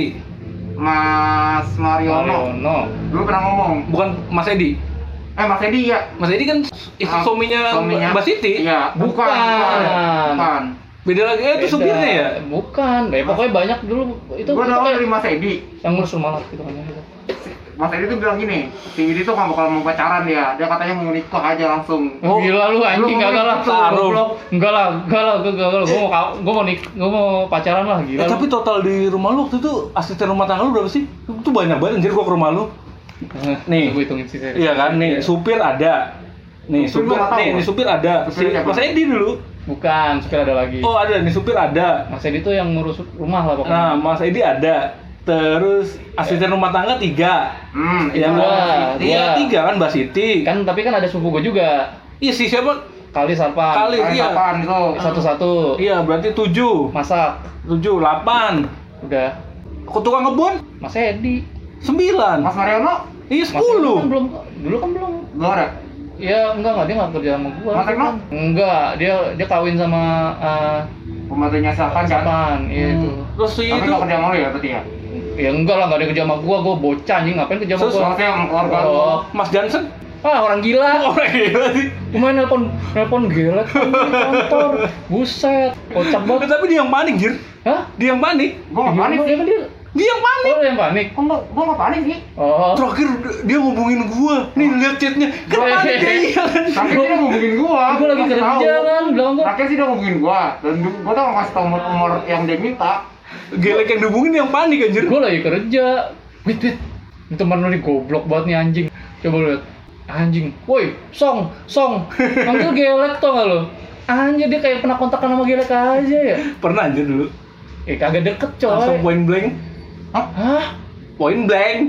Mas Mariono. Mariono. Dulu pernah ngomong. Bukan Mas Edi. Eh Mas Edi ya. Mas Edi kan istri Ah, suaminya Mbak Siti. Iya. Bukan. Bukan. Bukan. Beda lagi, eh itu Beda. supirnya ya? Bukan, ya pokoknya banyak dulu itu Gue dengar pokoknya dari Mas Edi. yang ngurus rumah lah gitu kan ya. Mas Edi tuh bilang gini, si Edi tuh nggak bakal mau pacaran dia. Dia katanya mau nikah aja langsung. Oh, gila lu anjing, Lu kagak lah. taruh. Goblok. Enggak lah, enggak lah, enggak enggak lah. Gua mau kau- gua mau nik, gua mau pacaran lah gila. Eh, lu. tapi total di rumah lu waktu itu asisten rumah tangga lu berapa sih? Itu banyak banget anjir gua ke rumah lu. Nih. Gua hitungin sih saya. Iya kan, nih supir ada. Nih Supir supir, gua nggak tahu, nih, Bang. nih supir ada. Si Supir siapa? Mas Edi dulu. Bukan, supir ada lagi. Oh ada, nih supir ada. Mas Edi tuh yang ngurus rumah lah pokoknya. Nah, Mas Edi ada. Terus asisten rumah tangga tiga. Hmm, itu Yang dua, iya dua. tiga kan Mbak Siti. Kan tapi kan ada sepupu gua juga. Iya si siapa? Kali Sarpan. Kali. Kali iya. apaan gitu. Satu-satu. Iya berarti tujuh, Masak. tujuh, delapan. Udah. Tukang kebun Mas Edi. sembilan. Mas Mariono Iya Mas Edi kan sepuluh. belum dulu kan belum. belum ada. Ya enggak enggak dia enggak kerja sama gua. Mas Tekno? Enggak, dia dia kawin sama eh Pembantunya siapa kan? Sarpan, iya itu. Hmm. Terus si Tapi itu nggak kerja sama lu ya berarti ya? Ya enggak lah, enggak ada kerja sama gua, gua bocah anjing, ngapain kerja sama Terus gua? Soalnya yang keluarga lu. Oh, Mas Johnson. ah orang gila. Orang gila sih. Gua main nelpon nelpon gelet kan di kantor. Buset, kocak banget. Tapi dia yang panik, Jir. Hah? Dia yang panik. Gua nggak panik Dia sih. kan dia. Dia yang panik. Oh, yang panik. Kok nggak, gua nggak panik sih. Oh. Terakhir dia ngubungin gua. Nih lihat chatnya. Kan Oh, panik dia iya kan. Tapi dia ngubungin gua. Gua lagi Kasih kerja tahu. kan, bilang gua. Terakhir sih dia ngubungin gua. Dan gua tuh nggak kasih tau umur, umur yang dia minta. Gelek yang dihubungin yang panik anjir. Gua lagi kerja. Wait, wait. Ini temen lu nih goblok banget nih anjing. Coba lu lihat. Anjing. Woi, song, song. Manggil gelek tau gak lu? Anjir dia kayak pernah kontakan sama gelek aja ya. Pernah anjir dulu. Eh kagak deket Langsung coy. point blank. Hah? Point blank.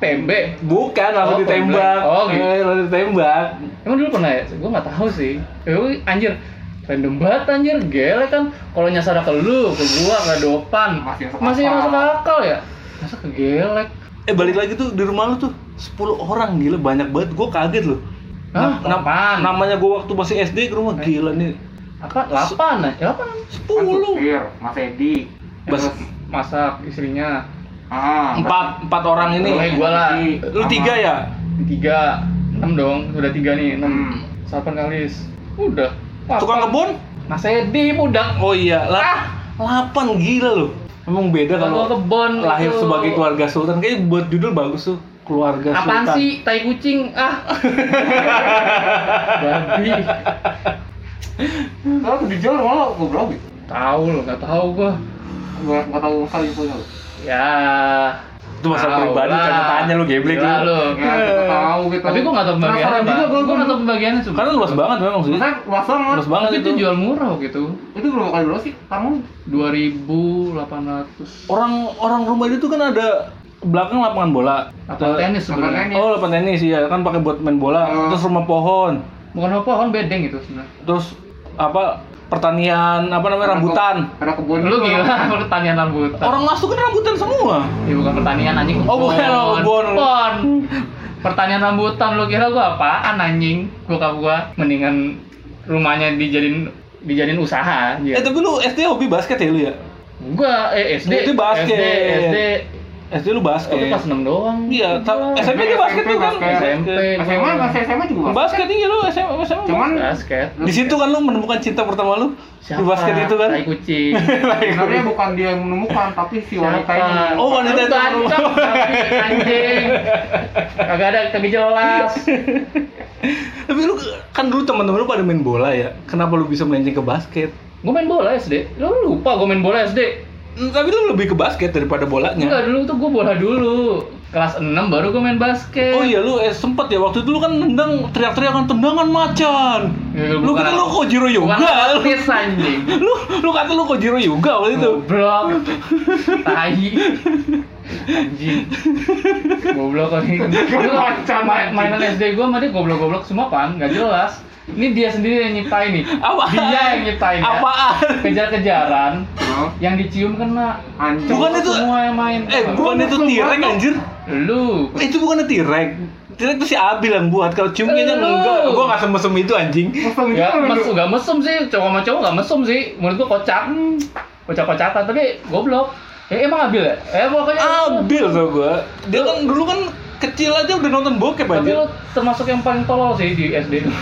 P M B. Bukan, langsung Oh, ditembak. komplek. Oh, gitu. Eh, langsung ditembak. Emang dulu pernah ya? Gue nggak tahu sih. Eh, anjir, random banget anjir, gelek kan. Kalau nyasar ke lu, ke gua, ke Dopan, Masih masuk masih akal. masuk akal ya. Masa ke gelek? Eh balik lagi tuh di rumah lu tuh sepuluh orang, gila banyak banget. Gue kaget loh. Hah? Nam- Apaan? namanya gue waktu masih S D ke rumah, gila nih. Apa? Delapan ya? Delapan. Kan sepuluh. supir, Mas Edi. Bas- Terus, Masak istrinya. ah, Empat, empat orang ini. Boleh gua lah. Lu tiga ya? Tiga, enam dong. Udah tiga nih, enam. Hmm. Salapan kalis. Udah. Tukang kebun? Mas Edi budak. Oh iya, lah. Delapan, gila loh. Memang beda kalau Tukang kebun lahir itu. sebagai keluarga sultan. Kayaknya buat judul bagus tuh, keluarga Apaan sultan. sih? Tai kucing. Ah. Babi. kalau tuh dijual malah goblok gitu. Tahu lo, nggak tahu gua. Gua nggak tahu usah itu ya. Ya. Itu masalah tahu pribadi, lah. jangan tanya lu, geblek Gila lu. lu. Ya kita tahu gitu. Tapi gua nggak tahu pembagiannya, Penasaran Pak. juga gua. Gua nggak tahu pembagiannya sumpah. Karena luas banget memang sih. Maksudnya luas banget. Luas banget Tapi itu. itu jual murah gitu. Itu berapa kali berapa sih? Kamu dua ribu delapan ratus. Orang orang rumah itu kan ada belakang lapangan bola. Lapangan tenis sebenarnya. Lapangan tenis. Oh, lapangan tenis ya, kan pakai buat main bola. Oh. Terus rumah pohon. Bukan apa, pohon bedeng itu sebenarnya. Terus apa pertanian apa namanya rambutan. Ada kebun. Lu gitu. gila, pertanian rambutan. Orang masuk kan rambutan semua. Ya bukan pertanian anjing. Oh, bukan, oh, kebun. Kebun. Pertanian rambutan lu kira gua apaan anjing? Gua gua mendingan rumahnya dijadiin dijadiin usaha Eh aja. tapi lu S D hobi basket ya lu ya? Gua eh S D Itu basket. S D S D S D lu basket. Tapi pas enam doang. Iya, ta- Gua. S M P dia basket tuh kan. basket. S M P. S M A masih S M A juga basket. Basket iya lu S M P. S M P. Cuman Basket. di situ kan lu menemukan cinta pertama lu Siapa? di basket itu kan. Tai kucing. sebenarnya bukan dia yang menemukan tapi si wanita Siapa? ini. Oh, wanita Lu itu. ganteng, tapi anjing. Kagak ada, kagak jelas. Tapi lu kan dulu teman-teman lu pada main bola ya. Kenapa lu bisa melenceng ke basket? Gue main bola S D. Lu lupa gue main bola S D. Hmm, Tapi lu lebih ke basket daripada bolanya. Enggak, dulu tuh gue bola dulu. Kelas enam baru gue main basket. Oh iya lu eh, sempet ya waktu itu lu kan nendang teriak-teriakan tendangan macan. Ya, Lu bukan- kata lu Kojiro Bukan Yoga. artis anjing. Lu lu kata lu Kojiro Yoga waktu itu. Goblok. Tai. Anjing. Goblok kali. Dulu Macan, main, anjing. mainan S D gue sama dia goblok-goblok semua kan, enggak jelas. Ini dia sendiri yang nyiptain nih. Apaan? Dia yang nyiptain ya. Apaan? Kejar-kejaran. Oh, Yang dicium kena. anjing. Bukan itu- Semua yang main. Eh bukan itu T-Rex anjir. Lu. Eh, Itu bukan T-Rex. T-Rex itu si Abil yang buat. Kalau cium kayaknya Lu. enggak. Gua enggak semesem itu anjing. Mesum itu Ya, kan mes, lu. gak mesum sih, cowok sama cowok gak mesum sih. Menurut gua kocak. Kocak-kocakan, tapi goblok. Eh, emang Abil ya? Eh, pokoknya Abil tau gua. Dia kan dulu kan kecil aja udah nonton bokep Tapi lu aja. termasuk yang paling tolol sih di S D.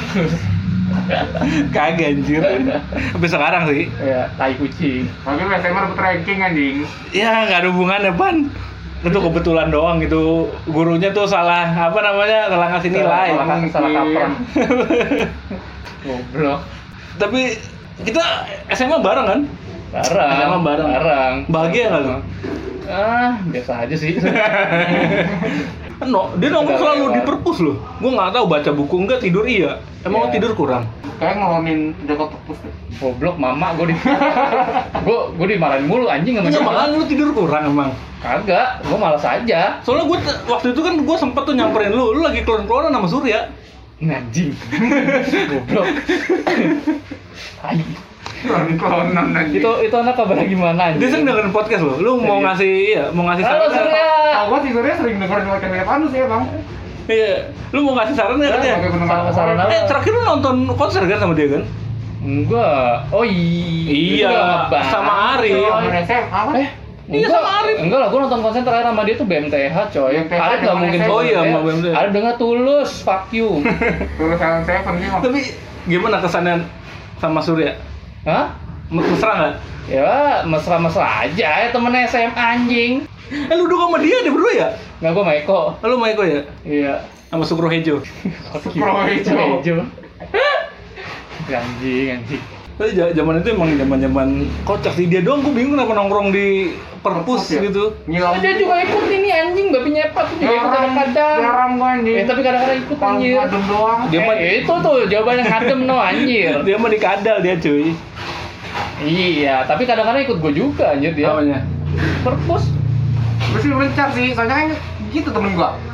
Kagak anjir. Sampai sekarang sih. Ya, tai kucing. Lagi lu S M A dapet ranking anjing. Ya nggak ada hubungannya pan. Itu kebetulan doang gitu. Gurunya tuh salah apa namanya salah ngasih nilai. Salah, salah, salah Mungkin. kaprah. Goblok. Tapi kita S M A bareng kan? Barang. S M A bareng. Barang. Bahagia nggak lu? Ah, biasa aja sih. No, dia nongkrong Udah selalu lewat. di perpus loh. Gua nggak tahu baca buku enggak, tidur iya. Emang Iya. lu tidur kurang? Kayak ngelonin jaga perpus deh. Goblok mama gua di gua gua dimarahin mulu anjing sama Enggak, dia. malah lu tidur kurang emang. Kagak, gua malas aja. Soalnya gua te- waktu itu kan gua sempet tuh nyamperin lu, lu lagi keluar-keluaran sama Surya. Anjing. Goblok. Tai. Klon-klonan anjing. Itu itu anak kabar gimana anjing? Dia sering dengerin podcast lo. Lu mau Serius? ngasih iya, mau ngasih Halo saran? Surya. Ah, gua sih sebenarnya sering dengerin podcast Panus ya, Bang. Iya. Lu mau ngasih saran nggak kan ya? Sebagai pendengar Saran- saran favorit. apa? Eh, terakhir lu nonton konser kan sama dia kan? Enggak. Oh iya. Iya, Itu udah ngebahas. sama Arif. Coy. Zaman S M A kan? Eh, Iya, enggak, sama Arif. Enggak lah, gua nonton konser terakhir sama dia tuh B M T H coy. B M T H Arif nggak zaman mungkin. S M A. Oh iya, sama B M T H. Arif dengar tulus, fuck you. Terus Silent Seven sih, Bang. Tapi gimana kesannya sama Surya? Hah? Mesra nggak? Ya, mesra-mesra aja ya temen S M A anjing. Eh, lu duduk sama dia deh berdua ya? Nggak, gua sama Eko. Oh, lu sama Eko ya? Iya. Sama Sukro Hejo. Fuck you. Pro Hejo. Hejo. Anjing, anjing. Tapi ja- zaman itu emang zaman-zaman kocak sih dia doang. Gue bingung kenapa nongkrong di perpus Perpus ya? gitu. Ngilang. Oh, dia juga ikut ini anjing, babi nyepat tuh juga ikut Jarang, kadang-kadang. jarang gua anjing. Eh, tapi kadang-kadang ikut Paling anjir. ngadem doang. Dia mah- Eh, itu tuh jawabannya ngadem no anjir. Dia mah dikadal dia cuy. Iya, tapi kadang-kadang ikut gue juga anjir dia. Namanya. Perpus. Gue sih mencar sih, soalnya kan gitu temen gua.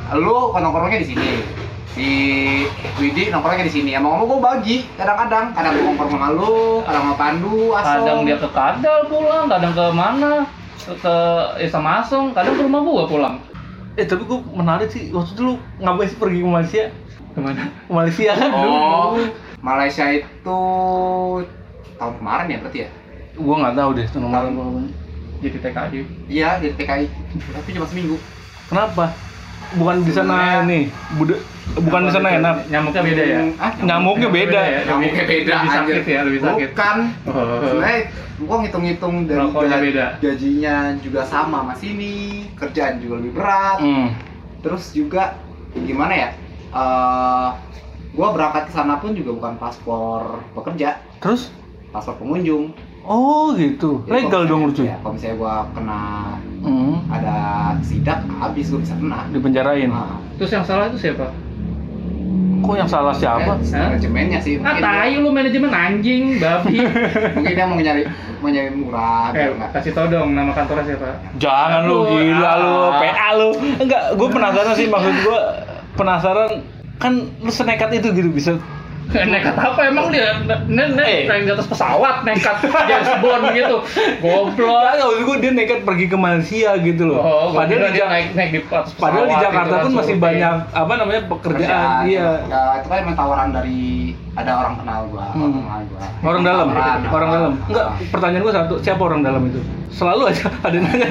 lu nongkrongnya di sini. Di Widi nongkrongnya di sini. Emang lu gue bagi kadang-kadang. Kadang gue nongkrong sama lu, kadang sama Pandu, Asong. Kadang dia ke Kadal pulang, kadang ke mana? Ke, ke eh, sama Asong, kadang ke rumah gua pulang. Eh tapi gue menarik sih, waktu itu lu ngapain sih pergi ke Malaysia? Kemana? Ke Malaysia kan Oh, dulu. Malaysia itu tahun kemarin ya berarti ya? Gue nggak tahu deh itu nomor. Jadi T K I. Iya, di T K I. Tapi cuma seminggu. Kenapa? Bukan di sana Sebenarnya- nih, buda, bukan di sana enak. Nyamuknya beda ya? Ah, Nyamuknya beda. ya? Nyamuknya beda, Lebih sakit anjir. ya, lebih sakit. Bukan. Oh. Sebenarnya gua ngitung-ngitung dari Rokoknya ga- beda. gajinya juga sama sama sini, kerjaan juga lebih berat. Hmm. Terus juga gimana ya? Eh, gua berangkat ke sana pun juga bukan paspor pekerja, Terus? paspor pengunjung. Oh gitu, Jadi legal kalau dong misalnya- lucu. Ya, kalau misalnya gua kena Hmm. ada sidak, habis gua bisa kena. Dipenjarain. Nah, Terus yang salah itu siapa? Kok yang salah siapa? eh, manajemennya sih. Ah, Mungkin tai lu manajemen anjing, babi. mungkin dia mau nyari mau nyari murah Eh, biar nggak. kasih tau dong nama kantornya siapa? Jangan lu, Aduh, gila lu, ah. P A lu. Enggak, gue penasaran sih, maksud gue penasaran kan lu senekat itu gitu bisa. Nekat apa emang dia? Nenek Eh. naik di atas pesawat, nekat James Bond gitu. Goblok. Enggak, maksud gue dia nekat pergi ke Malaysia gitu loh. Oh, gua padahal kira di, dia Ja- naik naik di atas pesawat. padahal di Jakarta gitu pun kan, masih survei. banyak apa namanya pekerjaan. Iya. Ya, itu kan emang tawaran dari ada orang kenal gua, Hmm. orang kenal gua. Orang dalam, Tawaran, orang dalam. Enggak, Ah. pertanyaan gue satu, siapa orang dalam itu? Selalu aja ada yang nanya.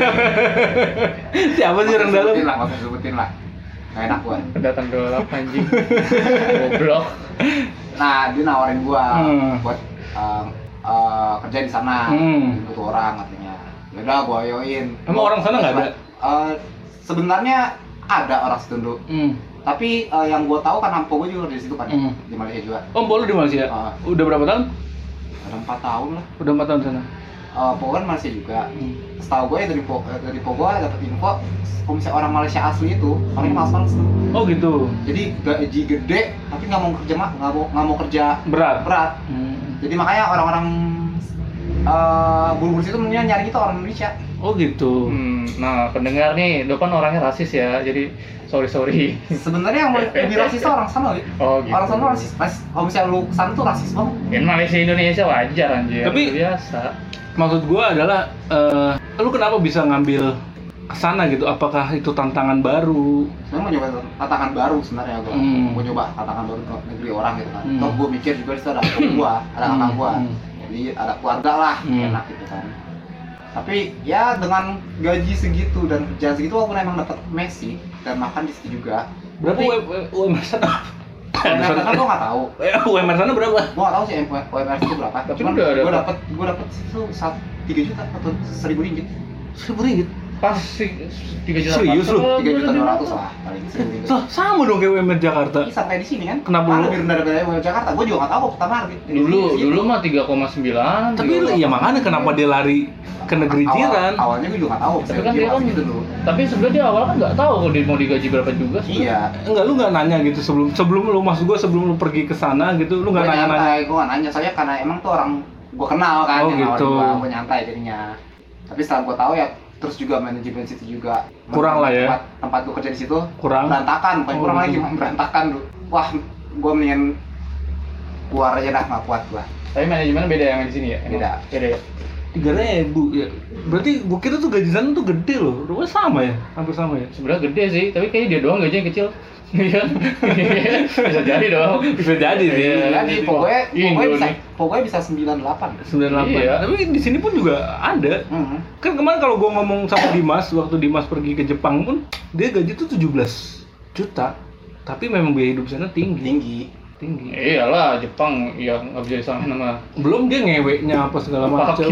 Siapa sih orang dalam? Sebutin lah, nggak usah sebutin lah. Nggak enak gua. Pendatang gelap anjing. Goblok. Nah, dia nawarin gua Hmm. buat um, uh, kerja di sana. Hmm. Butuh orang katanya. Ya udah gua ayoin. Emang orang sana nggak ada? Eh, sebenarnya ada orang situ dulu. Hmm. Tapi eh, yang gua tahu kan ampo gua juga di situ kan, Hmm. di Malaysia juga. Om Polo di Malaysia? Ah. Udah berapa tahun? Ada empat tahun lah. Udah empat tahun sana. Uh, Pogo kan Malaysia juga. Hmm. Setahu gue dari Po eh, dari Pogo dapat info kalau misalnya orang Malaysia asli itu orangnya malas-malas tuh. Oh gitu. Jadi gaji gede tapi nggak mau kerja mak nggak mau nggak mau kerja Berat. berat. Hmm. Jadi makanya orang-orang uh, buru-buru situ mendingan nyari gitu orang Indonesia. Oh gitu. Hmm, nah pendengar nih, Dopan orangnya rasis ya, jadi sorry sorry. Sebenarnya yang lebih rasis itu orang sana, Wi. Oh gitu. Orang sana rasis. rasis. Kalau misalnya lu kesana tuh rasis banget. In Malaysia Indonesia wajar anjir. Tapi- itu biasa. Maksud gua adalah, eh, lu kenapa bisa ngambil kesana gitu? Apakah itu tantangan baru? Sebenarnya mau nyoba tantangan baru sebenarnya gue. Hmm. Mau nyoba tantangan baru ke negeri orang gitu kan. Hmm. Toh gue mikir juga di situ ada kakak gua, ada kakak Hmm. gua. Hmm. Jadi ada keluarga lah, Hmm. enak gitu kan. Tapi ya dengan gaji segitu dan kerjaan segitu walaupun emang dapat Messi dan makan di situ juga. Berapa Tapi- U M R sana? U M R sana gue nggak tahu. Eh, U M R sana berapa? Gue nggak tahu sih U M R itu berapa. Tapi Cuman udah gue dapat. dapat gue dapat itu satu tiga juta atau seribu ringgit. Seribu ringgit. Pas tiga juta. Serius lu? Tiga juta dua ratus lah paling seribu ringgit. Lah, sama dong kayak U M R Jakarta. Ini sampai di sini kan? Kenapa Malah lu- lebih rendah daripada U M R Jakarta. Gue juga nggak tahu pertama harga. Dulu dulu mah tiga koma sembilan. Tapi ya makanya kenapa dia lari ke negeri Awal- jiran? Awalnya gue juga nggak tahu. Tapi kan dia kan gitu dulu. Tapi sebenarnya dia awal kan nggak tahu kalau dia mau digaji berapa juga. sih. Iya. Enggak, lu nggak nanya gitu sebelum sebelum lu maksud gua sebelum lu pergi ke sana gitu, lu Gue nggak nanya-nanya. nyantai, gue nggak nanya. Soalnya karena emang tuh orang gue kenal kan Oh, yang nawarin gitu. gue, gue nyantai jadinya. Tapi setelah gue tahu ya, terus juga manajemen situ juga Kurang lah ya. Tempat, tempat gue kerja di situ Kurang. berantakan, bukan Oh, kurang lagi, gitu. emang berantakan dulu. Wah, gue mendingan keluar aja dah, nggak kuat gue. Tapi manajemen beda yang di sini ya? Beda. Beda ya. Tiga ribu ya. Berarti gua kira tuh gaji sana tuh gede loh. Rupanya sama ya? Hampir sama ya? Sebenarnya gede sih, tapi kayaknya dia doang gajinya kecil. Iya. Bisa jadi dong. Bisa jadi sih. Iya. Jadi pokoknya, Indo pokoknya bisa, nih. pokoknya bisa sembilan puluh delapan. sembilan puluh delapan. Iya. Tapi di sini pun juga ada. Hmm. Kan kemarin kalau gua ngomong sama Dimas waktu Dimas pergi ke Jepang pun dia gaji tuh tujuh belas juta. Tapi memang biaya hidup sana tinggi. Tinggi. Tinggi. Iyalah, Jepang ya nggak bisa disamain sama. Belum dia ngeweknya apa segala macam.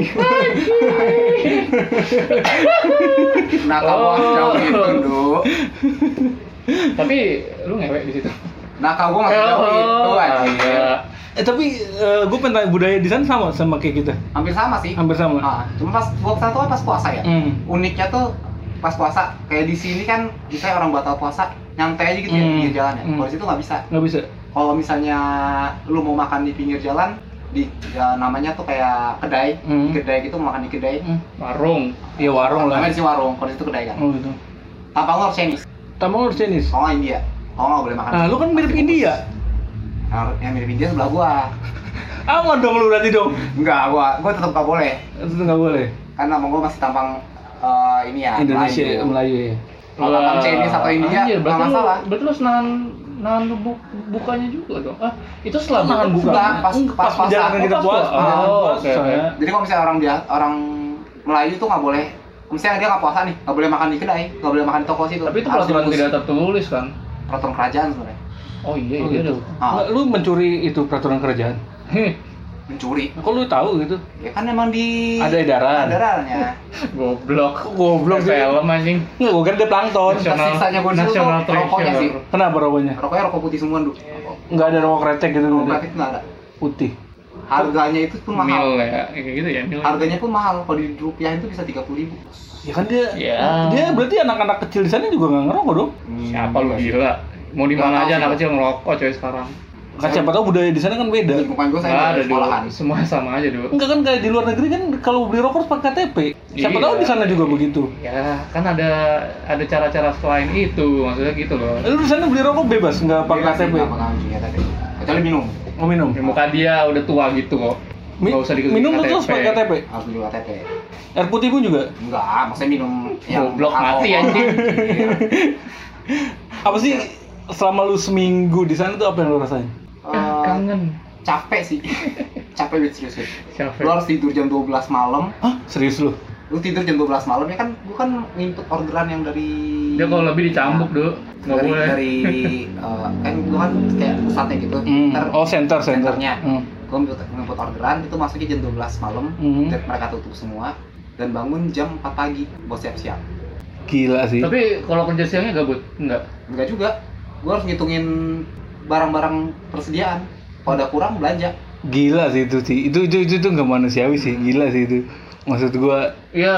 Nah, kalau Oh. jauh itu dulu. Tapi lu ngewek di situ. Nah, kalau gue masih jauh itu aja. agak. Eh tapi gue pengen tanya budaya di sana sama sama kayak kita. Hampir sama sih. Hampir sama. Ah, cuma pas gua kesana tuh kan pas puasa ya. Hmm. Uniknya tuh pas puasa. Kayak di sini kan misalnya orang batal puasa nyantai aja gitu ya Hmm. di pinggir jalan ya. Hmm. Kalau di situ nggak bisa. Nggak bisa. Kalau misalnya lu mau makan di pinggir jalan di ya, namanya tuh kayak kedai, Hmm. kedai gitu mau makan di kedai. Hmm. Warung. Iya warung lah. Namanya di sini warung, kalau di situ kedai kan. Oh gitu. Tampang lu harus Chinese. Tambang harus Chinese. Kalau nggak India, kalau nggak boleh makan. Nah, lu kan mirip India. Yang, yang mirip India sebelah gua. Aman dong lu berarti dong. Enggak, gua gua tetap nggak boleh. Itu nggak boleh. Kan nama gua masih tampang eh, ini ya. Indonesia, Melayu. Melayu ya. Kalau tampang Chinese atau India, Anjir, nggak berarti lu, masalah. berarti lu nahan nahan bu, bukanya juga dong. Ah, itu setelah Nahan buka. Enggak, pas Enggak, pas pas perjalanan puasa. kita Oh, pas puasa. puasa. Oh, puasa. oke, oke. Jadi kalau misalnya orang dia orang Melayu tuh nggak boleh, misalnya dia nggak puasa nih, nggak boleh makan di kedai, nggak boleh makan di toko situ. Tapi itu Harus peraturan dibungkus. tidak tertulis kan? Peraturan kerajaan sebenarnya. Oh iya, Oh iya gitu. dong. Ah. Nggak, lu mencuri itu peraturan kerajaan. Heh, Mencuri. Kok lu tahu gitu? Ya kan emang di Ada edaran. Ada edarannya. goblok. Goblok sih. Film anjing. Enggak, gua kira dia plankton. National- Sisanya gua disitu National tuh rokoknya treasure. sih. Kenapa rokoknya? Rokoknya rokok putih semua, Du. Enggak ada rokok kretek gitu. Rokok nggak ada? kretek nggak ada. Putih. Harganya itu pun mahal. Mil ya, kayak gitu ya, mil. Harganya pun mahal. Kalau di rupiah itu bisa tiga puluh ribu. Ya kan dia Ya. dia berarti anak-anak kecil di sana juga nggak ngerokok dong. Siapa lu gila? Mau di Nggak mana tahu aja sih, anak gua. kecil ngerokok coy sekarang. Kan siapa tahu budaya di sana kan beda. Di bukan gue saya Nggak nggak ada ada sekolahan. dulu. Semua sama aja dulu. Enggak kan kayak di luar negeri kan kalau beli rokok harus pakai K T P. Siapa Iya. tahu di sana juga begitu. Ya, kan ada ada cara-cara selain itu, maksudnya gitu loh. Lu di sana beli rokok bebas nggak pakai K T P? Nggak pakai K T P. Kecuali minum. Mau minum? Ya, muka dia udah tua gitu kok. Mi- Nggak usah dikasih minum K T P. terus pakai K T P. Harus beli K T P. Air putih pun juga. Enggak, maksudnya minum Goblok, alkohol. mati, anjing. Iya. Apa sih selama lu seminggu di sana tuh apa yang lu rasain? Ah, Eh, kangen. capek sih. Capek banget serius. Wit. Siapa? Lu harus tidur jam dua belas malam. Hah? Serius lu? Lu tidur jam dua belas malam ya kan gua kan nginput orderan yang dari Dia kalau lebih dicambuk, Duk. Nggak dari, boleh. dari eh, kan gua kan kayak pusatnya gitu. Hmm. Ntar Oh, center, center. senternya. Hmm. Gua nginput, nginput orderan itu masuknya jam dua belas malam. Hmm. Dan mereka tutup semua dan bangun jam empat pagi buat siap-siap. Gila sih. Tapi kalau kerja siangnya gabut? Enggak. Enggak juga. Gua harus ngitungin barang-barang persediaan. Kalau ada kurang belanja. Gila sih itu sih. Itu itu itu tuh nggak manusiawi sih. Gila sih itu. Maksud gua Ya,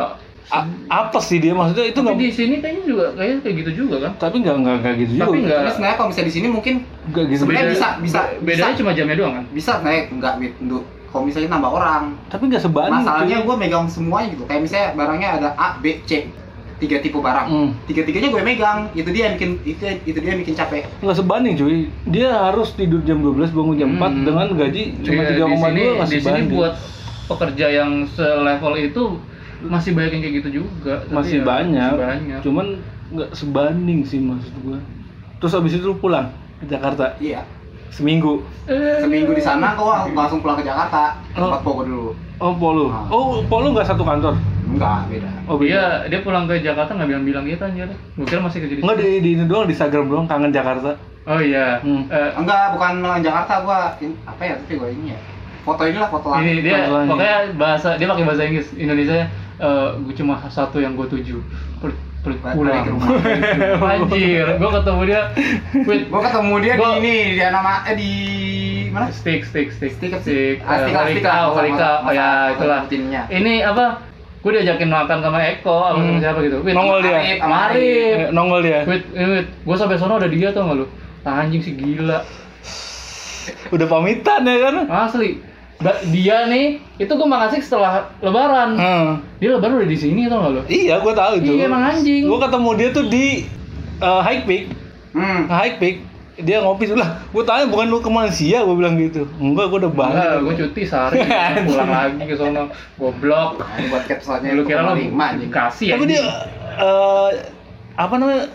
a- apa sih dia maksudnya itu tapi nggak di sini kayaknya juga kayaknya kayak gitu juga kan? tapi nggak nggak kayak gitu juga. Tapi nggak. Tapi sebenarnya kalau misalnya di sini mungkin Nggak gitu. Sebenarnya Beda- bisa, bisa, be- bedanya bisa. cuma jamnya doang kan? bisa naik enggak mit untuk kalau misalnya nambah orang. Tapi nggak sebanding. Masalahnya cuy. gue megang semuanya gitu. Kayak misalnya barangnya ada A, B, C. Tiga tipe barang. Hmm. Tiga-tiganya gue megang. Itu dia yang bikin itu, itu dia yang bikin capek. Nggak sebanding cuy. Dia harus tidur jam dua belas bangun jam empat Hmm. dengan gaji cuma Iya, tiga di koma sini dua nggak di sini sebanding. buat pekerja yang selevel itu masih banyak yang kayak gitu juga. Tapi masih ya, banyak. masih banyak. Cuman nggak sebanding sih maksud gua. Terus habis itu lu pulang ke Jakarta Iya. seminggu. Eh, Seminggu di sana gue langsung pulang ke Jakarta. Oh. Tempat pokok dulu. Oh, Polo. Ah. Oh, Polo nggak satu kantor. Enggak, beda. Oh, beda. Iya, dia pulang ke Jakarta nggak bilang-bilang gitu anjir. Gue kira masih kerja di Nggak di, sini. di ini doang, di Instagram doang, kangen Jakarta. Oh iya. Hmm. Eh, Enggak, bukan melang Jakarta gua in- apa ya? Tapi gua ini ya. Foto inilah foto lagi. ini dia Panggilannya. pokoknya bahasa dia pakai bahasa Inggris. Indonesia gue cuma satu yang gue tuju. Pelit pelit Balik pulang. ke rumah. Anjir, gue ketemu dia. Wait, Gua ketemu dia Gua- di ini, di nama eh di mana? stick stick stick Stick, stick ah, stick lah, stick Walika lah, masa- Walika masa- oh ya masa- itulah rutinnya. ini apa gue diajakin makan sama Eko sama Hmm. siapa gitu wait Nongol dia. Arif, sama Arif Eh, Nongol dia. wait eh, wait gue sampai sono ada dia tau gak lu anjing sih gila Udah pamitan ya kan? asli Ba- dia nih itu gue makasih setelah lebaran Hmm. dia lebaran udah di sini tau gak lu Iya, gua tahu itu. Iya, emang anjing. Gua ketemu dia tuh di uh, High Peak. Hmm. High Peak. Dia ngopi lah. Gua tanya bukan lu ke Malaysia, gua bilang gitu. Enggak, gua udah balik. enggak gue cuti sehari pulang lagi ke sono goblok Nah, ini buat capsule-nya lu kira lu lima anjing. kasih Tapi dia uh, apa namanya?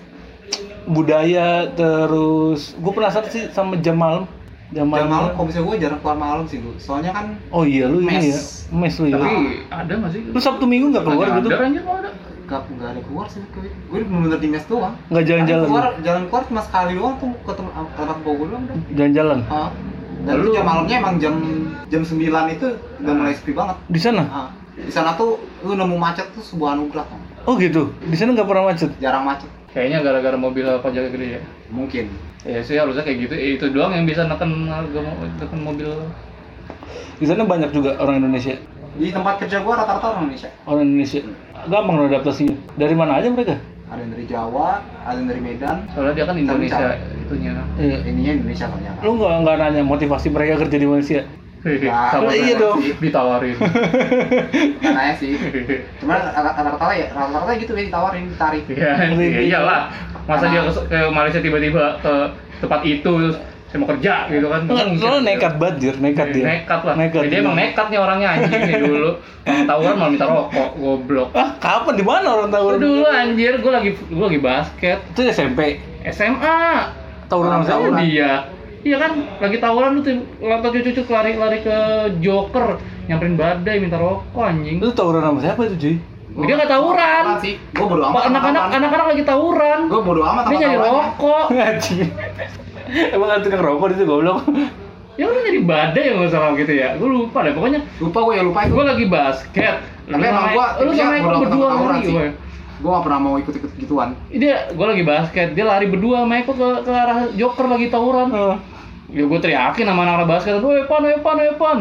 Budaya terus gua penasaran sih sama jam malam. Jam Jam malam. malam, kalau misalnya gue jarang keluar malam sih gue. Soalnya kan Oh iya lu ini Mes. ya. Mes lu ya. tapi ada nggak sih Lu Sabtu Minggu enggak keluar Ada, gitu? ada anjir ada gak, gak ada keluar sih. Gue bener-bener di mes doang. Enggak jalan-jalan. Keluar, jalan keluar cuma sekali doang tuh ke tem- tempat Bogor doang udah. Jalan-jalan. Ah. Dan Lalu- itu jam malamnya emang jam jam sembilan itu udah mulai sepi banget. Di sana? Ah. Di sana tuh lu nemu macet tuh sebuah anugerah kan. Oh gitu. Di sana nggak pernah macet. Jarang macet. kayaknya gara-gara mobil pajaknya gede ya Mungkin. ya sih harusnya kayak gitu eh, itu doang yang bisa neken harga mo- neken mobil Di sana banyak juga orang Indonesia. Di tempat kerja gua rata-rata orang Indonesia. Orang Indonesia. Gampang loh adaptasinya. Dari mana aja mereka? Ada yang dari Jawa, ada yang dari Medan. soalnya dia kan Indonesia itunya Iya. Ininya Indonesia soalnya. Lu nggak nggak nanya motivasi mereka kerja di Malaysia? Nah, sama iya saya dong. ditawarin Kan aja sih. Cuman rata-rata ya, rata-rata gitu ya ditawarin, ditarik. iya iya, iyalah Masa Karena- dia ke, ke Malaysia tiba-tiba ke tempat itu terus saya mau kerja gitu kan? Enggak, Mungkin. lo nekat banget, Jir. Nekat dia. Nekat lah. Nekat. dia emang nekat nih orangnya anjing nih dulu. Orang tawuran malah minta rokok, goblok. Ah, kapan di mana orang tahu? Dulu anjir, gue lagi gue lagi basket, Itu S M P. S M A. Tawuran sama siapa? Tawuran dia. Iya kan, lagi tawuran lu tuh lompat cucu-cucu lari-lari ke Joker, nyamperin badai minta rokok anjing. Itu tawuran sama siapa itu, Cuy? Dia nggak tawuran. Apaan sih? Gua bodo amat. Pak, anak-anak anak-anak lagi tawuran. Gua bodo amat Dia sama nyari tawurannya. rokok. Anjing. Emang kan tukang rokok itu goblok. Ya lu nyari badai ya nggak salah gitu ya. Gue lupa deh pokoknya. Lupa gua ya lupa itu. Gue lagi basket. Tapi emang gua lu sama tipenya Eko bodo amat berdua sama tawuran lari sih. gue. Gua gak pernah mau ikut-ikut gituan. Dia, gue lagi basket. Dia lari berdua sama Eko ke, ke arah Joker lagi tawuran. Heeh. Ya gue teriakin sama anak-anak basket. Woi Epan, Epan, Epan.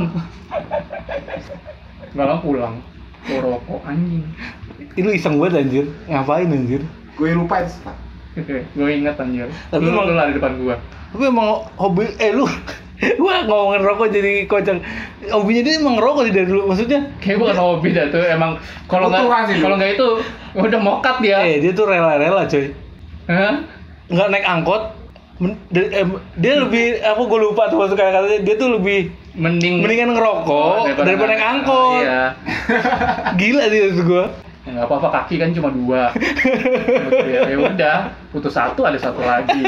Gak lama pulang. Gue rokok anjing. Itu iseng banget anjir. Ngapain anjir? Gue lupa itu. Pak. Gue inget anjir. Tapi Lu, emang- lu lari depan gue. Tapi emang hobi eh lu gua ngomongin rokok jadi kocak. Hobinya dia emang rokok sih dari dulu. Maksudnya Kayak bukan hobi dah tuh. Emang kalau nggak Kebutuhan sih, kalau nggak itu udah mokat dia. eh dia tuh rela-rela, coy. Hah? Nggak naik angkot. Men- dari- eh, dia lebih apa gue lupa tuh maksud kata-katanya, dia tuh lebih Mending mendingan ngerokok daripada naik angkot. Iya. Gila dia maksud gua. Ya, nggak apa-apa, kaki kan cuma dua. ya ya udah, putus satu ada satu lagi.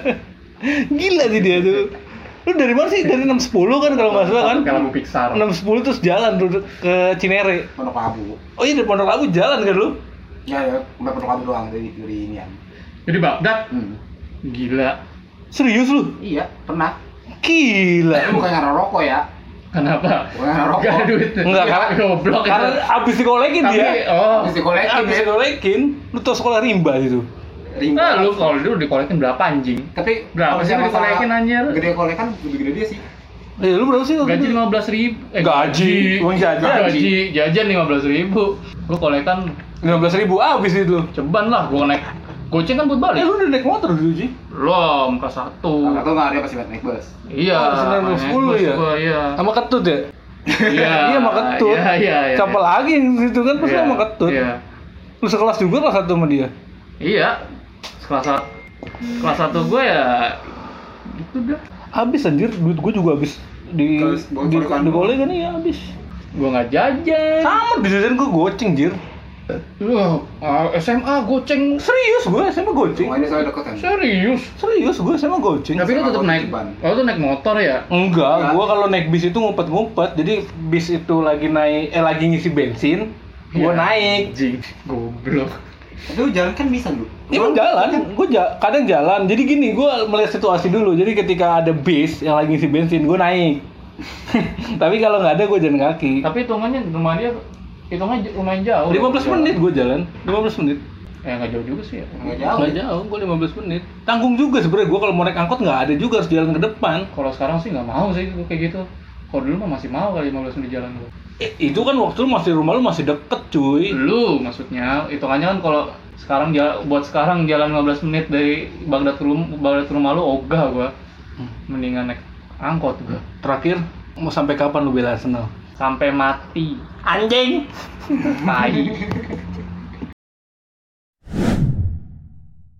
Gila sih dia tuh. Lu dari mana sih? Dari enam sepuluh kan kalau nggak salah kan? Kayak lampu Pixar. enam sepuluh terus jalan tuh ke Cinere. Pondok Labu. Oh iya dari Pondok Labu jalan kan lu? Ya ya, sampai Pondok Labu doang dari dari ini ya. Jadi Baghdad, Hmm. gila. Serius lu? Iya, pernah. Gila. Tapi bukan karena rokok ya. Kenapa? Bukan karena rokok. Gak ada duit. Enggak, karena- goblok Karena itu. abis dikolekin Tapi, dia. oh. Habis dikolekin Abis ya. dikolekin, lu tau sekolah rimba itu. Rimba. Ah, lu kalau dulu dikolekin berapa anjing? Tapi Berapa kalau sih misalnya dikolekin, masalah anjir? Gede kolekan lebih gede dia sih. Eh lu berapa sih? waktu Gaji itu? lima belas ribu. Eh, Gaji, uang jajan. Gaji, jajan lima belas ribu. Gua kolekan lima belas ribu abis itu. ceban lah, gua naik goceng kan buat Eh balik. lu udah naik motor dulu sih? Belum, kelas satu. Enggak tahu enggak dia pasti naik bus. Iya. Oh, sembilan belas naik sepuluh bus ya? gua, iya. Sama ketut ya? Iya. Iya sama ketut. Iya, iya, iya. Siapa lagi yang situ kan pasti Iya, sama ketut. Iya. Lu sekelas juga kelas satu sama dia? Iya. Kelas satu. Kelas satu gua ya gitu dah. Abis anjir, duit gua juga abis di Terus, di, bocor kan? di kolekan iya abis. Gua nggak jajan. Sama di jajan gua goceng jir. Wah, ah, S M A goceng Serius gua sama goceng. Cuma ini soalnya deket kan. serius. Serius gua sama goceng. Tapi lu tetap Sama naik. Ban. Oh, tuh naik motor ya? Enggak, Enggak. gua kalau naik bis itu ngumpet-ngumpet. Jadi bis itu lagi naik eh lagi ngisi bensin, gua Iya. naik. Jing, goblok. Tapi lu jalan kan bisa lu. Emang jalan, gua ja- kadang jalan. Jadi gini, gua melihat situasi dulu. Jadi ketika ada bis yang lagi ngisi bensin, gua naik. Tapi kalau nggak ada, gua jalan kaki. Tapi hitungannya rumah dia hitungannya j- lumayan jauh. lima belas menit gua jalan, lima belas menit. Eh nggak jauh juga sih ya. Enggak jauh. Nggak jauh, gua lima belas menit. Tanggung juga sebenarnya gua kalau mau naik angkot nggak ada juga, harus jalan ke depan. Kalau sekarang sih nggak mau sih kayak gitu. Kalau dulu mah masih mau kali lima belas menit jalan gua. Eh, itu kan waktu lu masih rumah lu masih deket, cuy. Lu maksudnya hitungannya kan kalau sekarang jala- buat sekarang jalan lima belas menit dari Baghdad ke rumah Baghdad ke rumah lu ogah gua. Mendingan naik angkot gua. Terakhir mau sampai kapan lu bela Arsenal? Sampai mati. Anjing. Tai.